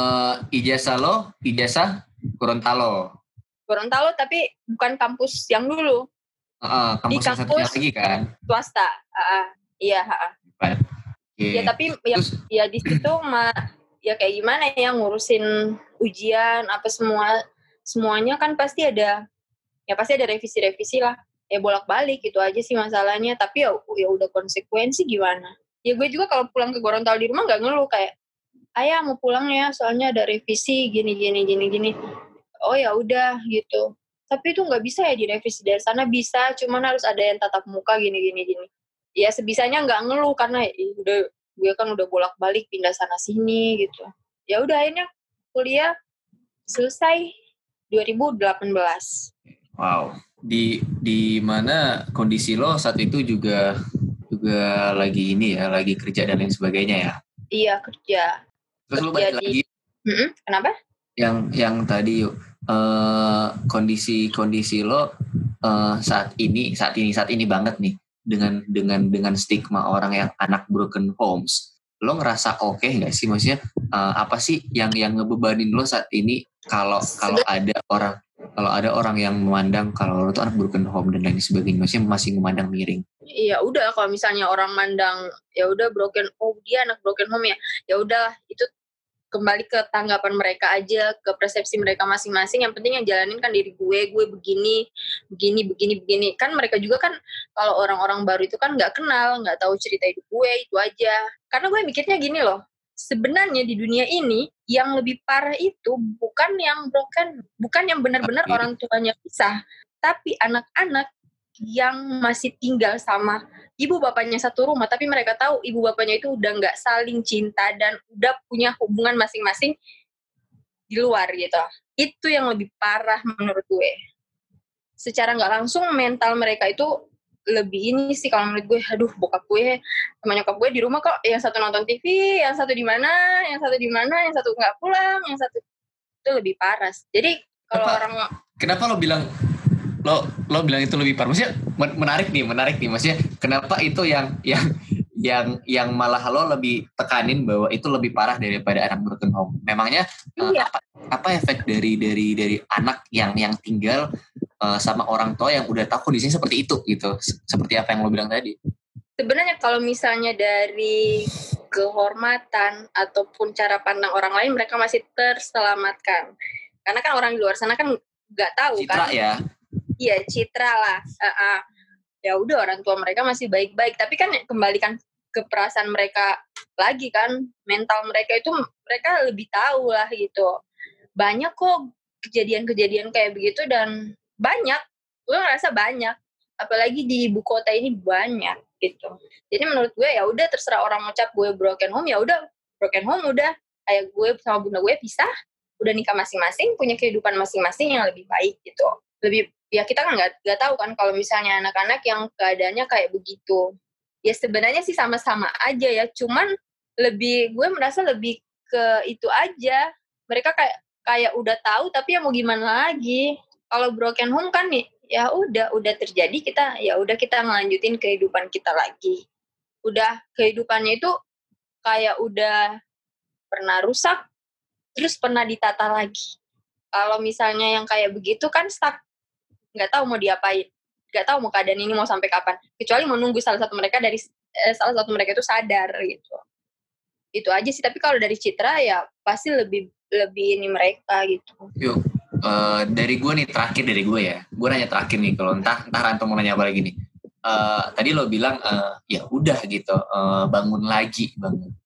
Ijazah Gorontalo tapi bukan kampus yang dulu. Kampus yang satunya lagi kan? Swasta. Iya. Okay. Ya tapi ya di situ ya kayak gimana ya ngurusin ujian apa semuanya kan pasti ada revisi lah. Ya bolak-balik gitu aja sih masalahnya, tapi ya udah konsekuensi gimana. Ya gue juga kalau pulang ke Gorontalo di rumah nggak ngeluh kayak, ayah mau pulang ya soalnya ada revisi gini. Oh ya udah gitu. Tapi itu nggak bisa ya direvisi dari sana, bisa, cuman harus ada yang tatap muka gini. Ya sebisanya nggak ngeluh karena gue kan udah bolak-balik pindah sana sini gitu. Ya udah akhirnya kuliah selesai 2018. Wow. Di mana kondisi lo saat itu juga lagi lagi kerja dan lain sebagainya ya? Iya, kerja. Terus lo balik lagi? Kenapa? Yang tadi kondisi lo saat ini banget nih dengan stigma orang yang anak broken homes. Lo ngerasa oke nggak sih, maksudnya apa sih yang ngebebanin lo saat ini kalau ada orang yang memandang kalau lo tuh anak broken home dan lain sebagainya, maksudnya masih memandang miring? Iya udah, kalau misalnya orang mandang ya udah broken home, dia anak broken home ya udah, itu kembali ke tanggapan mereka aja, ke persepsi mereka masing-masing. Yang penting yang jalanin kan diri gue begini. Kan mereka juga kan kalau orang-orang baru itu kan nggak kenal, nggak tahu cerita hidup gue, itu aja. Karena gue mikirnya gini loh, sebenarnya di dunia ini yang lebih parah itu bukan yang broken, bukan yang benar-benar orang tuanya pisah, tapi anak-anak yang masih tinggal sama ibu bapaknya satu rumah, tapi mereka tahu ibu bapaknya itu udah nggak saling cinta dan udah punya hubungan masing-masing di luar gitu. Itu yang lebih parah menurut gue. Secara nggak langsung mental mereka itu lebih ini sih kalau menurut gue. Aduh, bokap gue sama nyokap gue di rumah kok, yang satu nonton TV, yang satu di mana, yang satu nggak pulang, yang satu itu lebih parah. Jadi kalau kenapa lo bilang itu lebih parah? Maksudnya menarik nih, maksudnya kenapa itu yang malah lo lebih tekanin bahwa itu lebih parah daripada anak broken home? Memangnya apa efek dari anak yang tinggal sama orang tua yang udah tahu kondisinya seperti itu gitu, seperti apa yang lo bilang tadi? Sebenarnya kalau misalnya dari kehormatan ataupun cara pandang orang lain, mereka masih terselamatkan. Karena kan orang di luar sana kan nggak tahu citra, kan? Ya. Iya, citra lah. Ya udah, orang tua mereka masih baik-baik, tapi kan kembalikan ke perasaan mereka lagi kan, mental mereka itu mereka lebih tahu lah gitu. Banyak kok kejadian-kejadian kayak begitu, dan gue ngerasa banyak, apalagi di ibu kota ini banyak gitu. Jadi menurut gue ya udah, terserah orang ngucap gue broken home, ya udah broken home, udah kayak gue sama bunda gue pisah, udah nikah masing-masing, punya kehidupan masing-masing yang lebih baik gitu. Ya kita kan nggak tahu kan kalau misalnya anak-anak yang keadaannya kayak begitu. Ya sebenarnya sih sama-sama aja ya, cuman gue merasa lebih ke itu aja. Mereka kayak udah tahu, tapi ya mau gimana lagi. Kalau broken home kan nih, ya udah terjadi, kita ngelanjutin kehidupan kita lagi. Udah kehidupannya itu kayak udah pernah rusak, terus pernah ditata lagi. Kalau misalnya yang kayak begitu kan stuck, nggak tahu mau diapain, nggak tahu mau keadaan ini mau sampai kapan, kecuali menunggu salah satu mereka itu sadar gitu. Itu aja sih. Tapi kalau dari Citra ya pasti lebih ini mereka gitu. Yuk, dari gue nih, terakhir dari gue ya. Gue nanya terakhir nih, kalau entah Ranto mau nanya apa lagi nih. Tadi lo bilang ya udah gitu, bangun lagi.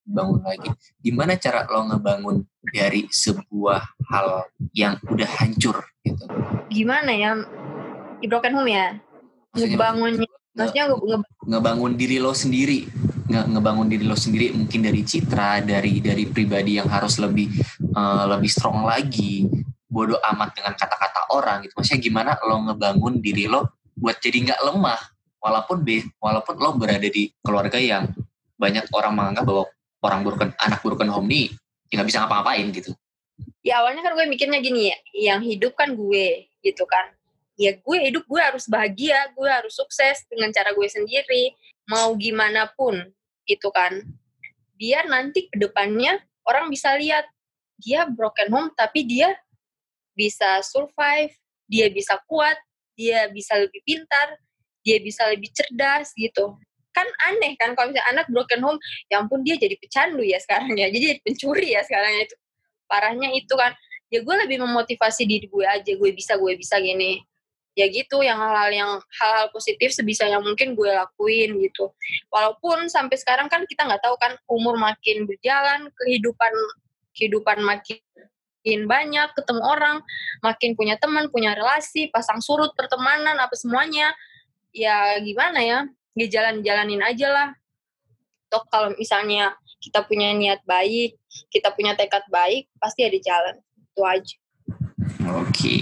Gimana cara lo ngebangun dari sebuah hal yang udah hancur gitu? Gimana ya? Di broken home ya? Maksudnya ngebangun diri lo sendiri. Ngebangun diri lo sendiri, mungkin dari Citra, dari pribadi yang harus lebih strong lagi, bodo amat dengan kata-kata orang gitu. Maksudnya gimana lo ngebangun diri lo buat jadi nggak lemah, walaupun lo berada di keluarga yang banyak orang menganggap bahwa anak broken home nih nggak bisa ngapa-ngapain gitu. Ya awalnya kan gue mikirnya gini ya, yang hidup kan gue gitu kan. Ya gue hidup, gue harus bahagia, gue harus sukses dengan cara gue sendiri, mau gimana pun gitu kan. Biar nanti ke depannya orang bisa lihat dia broken home tapi dia bisa survive, dia bisa kuat, dia bisa lebih pintar, dia bisa lebih cerdas gitu. Kan aneh kan kalau misalnya anak broken home, ya ampun dia jadi pecandu ya sekarang ya, jadi pencuri ya sekarang itu. Parahnya itu kan. Ya gue lebih memotivasi diri gue aja, gue bisa gini. Ya gitu, yang hal-hal positif sebisa yang mungkin gue lakuin gitu. Walaupun sampai sekarang kan kita nggak tahu kan, umur makin berjalan, kehidupan makin banyak, ketemu orang, makin punya teman, punya relasi, pasang surut pertemanan, apa semuanya. Ya gimana ya, jalanin aja lah. Toh kalau misalnya kita punya niat baik, kita punya tekad baik, pasti ada jalan. Itu aja. Oke.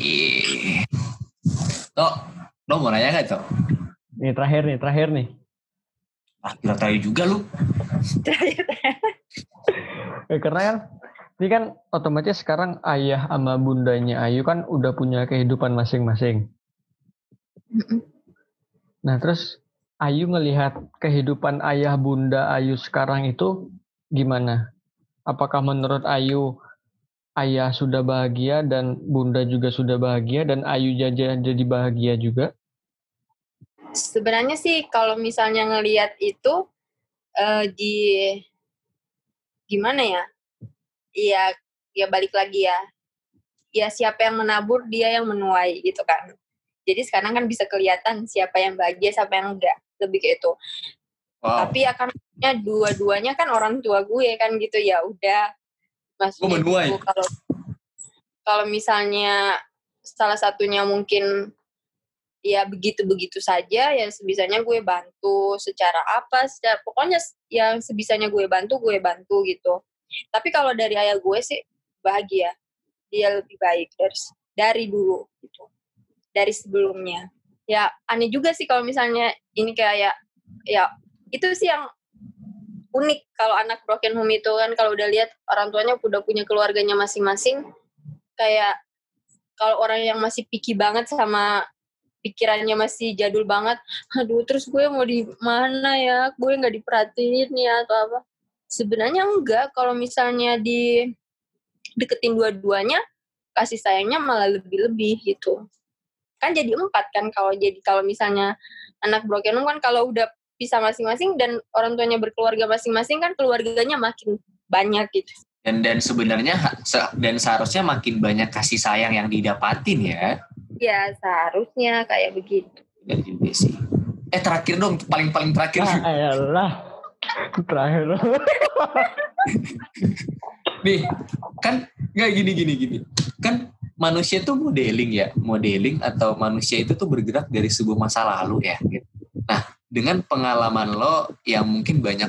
Tok, lo mau nanya gak, Tok? Ini terakhir nih. Terakhir juga lu. Karena kan ini kan otomatis sekarang ayah sama bundanya Ayu kan udah punya kehidupan masing-masing. Nah terus Ayu ngelihat kehidupan ayah bunda Ayu sekarang itu gimana? Apakah menurut Ayu ayah sudah bahagia dan bunda juga sudah bahagia dan Ayu jadi bahagia juga? Sebenarnya sih kalau misalnya ngelihat itu gimana ya? Ya balik lagi ya. Ya siapa yang menabur dia yang menuai gitu kan. Jadi sekarang kan bisa kelihatan siapa yang bahagia siapa yang enggak, lebih kayak itu. Wow. Tapi akan dua-duanya kan orang tua gue kan gitu, ya udah. Maksudnya gitu, kalau misalnya salah satunya mungkin ya begitu-begitu saja, ya sebisanya gue bantu pokoknya yang sebisanya gue bantu gitu. Tapi kalau dari ayah gue sih bahagia, dia lebih baik dari dulu gitu, dari sebelumnya. Ya aneh juga sih kalau misalnya ini kayak ya itu sih yang unik kalau anak broken home itu kan, kalau udah lihat orang tuanya udah punya keluarganya masing-masing, kayak kalau orang yang masih picky banget sama pikirannya masih jadul banget, aduh terus gue mau di mana ya, gue nggak diperhatiin ya atau apa. Sebenarnya enggak, kalau misalnya deketin dua-duanya, kasih sayangnya malah lebih-lebih gitu. Kan jadi 4 kan kalau misalnya anak broken home kan, kalau udah pisah masing-masing dan orang tuanya berkeluarga masing-masing kan keluarganya makin banyak gitu. Dan sebenarnya dan seharusnya makin banyak kasih sayang yang didapatin ya. Ya seharusnya kayak begitu. Dan juga sih. Terakhir dong, paling terakhir. Ayolah. Terakhir. Nih, kan nggak gini. Kan manusia tuh modeling atau manusia itu tuh bergerak dari sebuah masa lalu ya. Gitu. Nah, dengan pengalaman lo yang mungkin banyak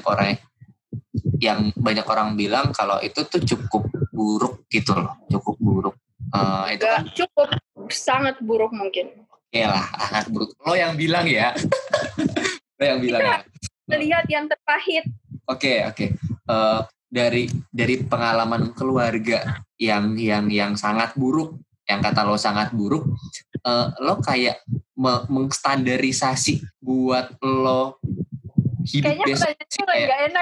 orang bilang kalau itu tuh cukup buruk gitu loh, cukup buruk. Itu kan cukup sangat buruk mungkin. Iyalah, sangat buruk. Lo yang bilang ya. Lo yang bilang ya. Lihat yang terpahit. Oke. Dari pengalaman keluarga yang sangat buruk, yang kata lo sangat buruk, lo kayak mengstandarisasi buat lo hidup Kayaknya besok pertanyaannya nggak enak.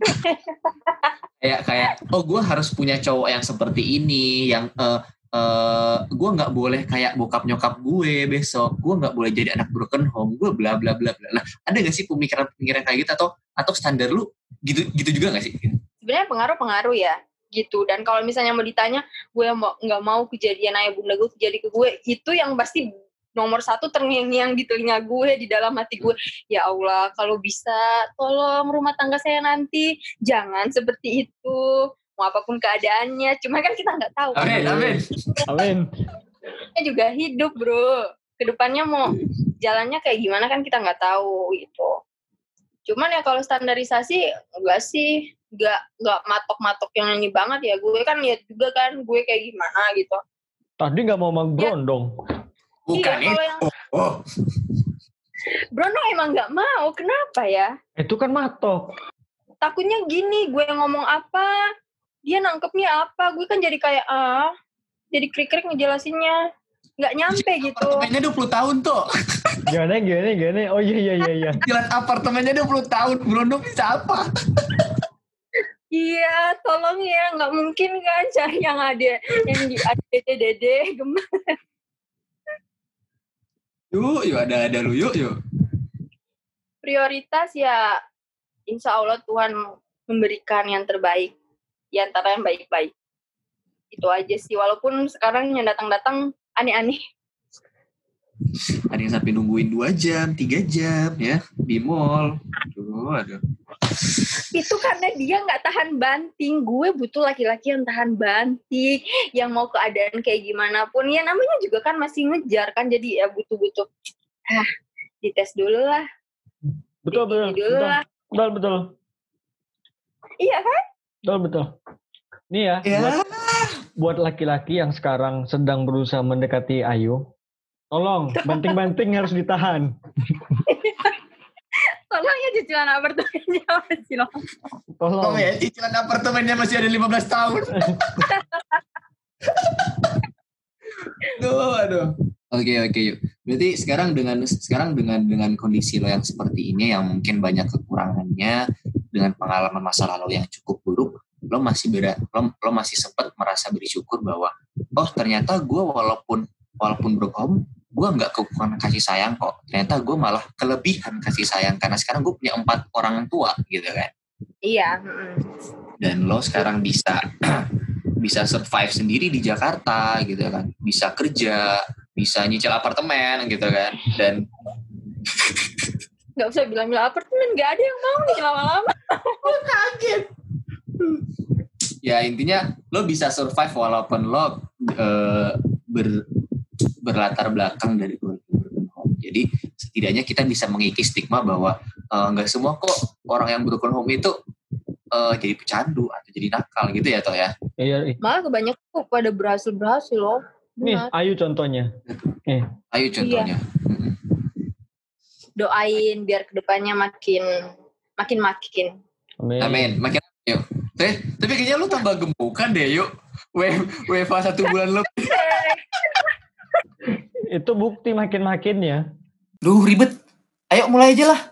kayak gue harus punya cowok yang seperti ini, yang gue nggak boleh kayak bokap nyokap gue besok, gue nggak boleh jadi anak broken home, gue bla bla bla bla. Nah, ada nggak sih pemikiran kayak gitu, atau standar lu gitu juga nggak sih? Sebenarnya pengaruh ya gitu. Dan kalau misalnya mau ditanya, gue nggak mau kejadian ayah bunda gue terjadi ke gue, itu yang pasti nomor satu terngiang-ngiang di telinga gue, di dalam hati gue. Ya Allah, kalau bisa tolong rumah tangga saya nanti jangan seperti itu, mau apapun keadaannya. Cuma kan kita nggak tahu. Amin. Kita juga hidup bro, kedepannya mau jalannya kayak gimana kan kita nggak tahu gitu. Cuman ya kalau standarisasi enggak sih, enggak matok-matok yang ini banget ya. Gue kan lihat juga kan gue kayak gimana gitu. Tadi nggak mau dong. Bukan iya, itu. Brono emang nggak mau, kenapa ya? Itu kan matok. Takutnya gini, gue ngomong apa, dia nangkepnya apa, gue kan jadi kayak jadi krik-krik ngejelasinnya, nggak nyampe gitu. Apartemennya 20 tahun tuh. Gimana? Oh iya. Jalan apartemennya 20 tahun, Brono bisa apa? Iya, tolong ya, nggak mungkin kan cari yang ada, yang di dede gemes. Yuk, ada lu yuk. Prioritas ya, insya Allah Tuhan memberikan yang terbaik, di antara yang baik-baik. Itu aja sih, walaupun sekarang yang datang-datang aneh-aneh. Ada yang sampai nungguin 2 jam, 3 jam ya di mall. Aduh. Itu karena dia nggak tahan banting. Gue butuh laki-laki yang tahan banting, yang mau keadaan kayak gimana pun. Ya namanya juga kan masih ngejar kan, jadi ya butuh. Dites dulu lah. Betul. Iya kan? Betul. Nih ya. Buat laki-laki yang sekarang sedang berusaha mendekati Ayu, tolong banting-banting harus ditahan. Tolong ya cicilan apartemennya masih lama. Tolong ya cicilan apartemennya masih ada 15 tahun. Aduh. Oke yuk. Berarti sekarang dengan kondisi lo yang seperti ini, yang mungkin banyak kekurangannya, dengan pengalaman masa lalu yang cukup buruk, lo masih sempat merasa bersyukur bahwa ternyata gue walaupun broken, gue nggak kekurangan kasih sayang kok. Ternyata gue malah kelebihan kasih sayang karena sekarang gue punya 4 orang tua gitu kan. Iya. Dan lo sekarang bisa survive sendiri di Jakarta gitu kan, bisa kerja, bisa nyicil apartemen gitu kan, dan nggak usah bilang apartemen, nggak ada yang mau nih lama-lama. Gue kaget. Ya intinya lo bisa survive walaupun lo berlatar belakang dari broken home. Jadi setidaknya kita bisa mengikis stigma bahwa nggak semua kok orang yang broken home itu jadi pecandu atau jadi nakal gitu ya toh ya. Iya. Malah kebanyakan kok pada berhasil loh. Nih Ayu contohnya. Ayu contohnya. Iya. Doain biar kedepannya makin. Amin. Makin yuk. Tapi kayaknya lu tambah gemukan deh yuk. WFA 1 bulan lebih. Itu bukti makin ya. Duh ribet. Ayo mulai aja lah.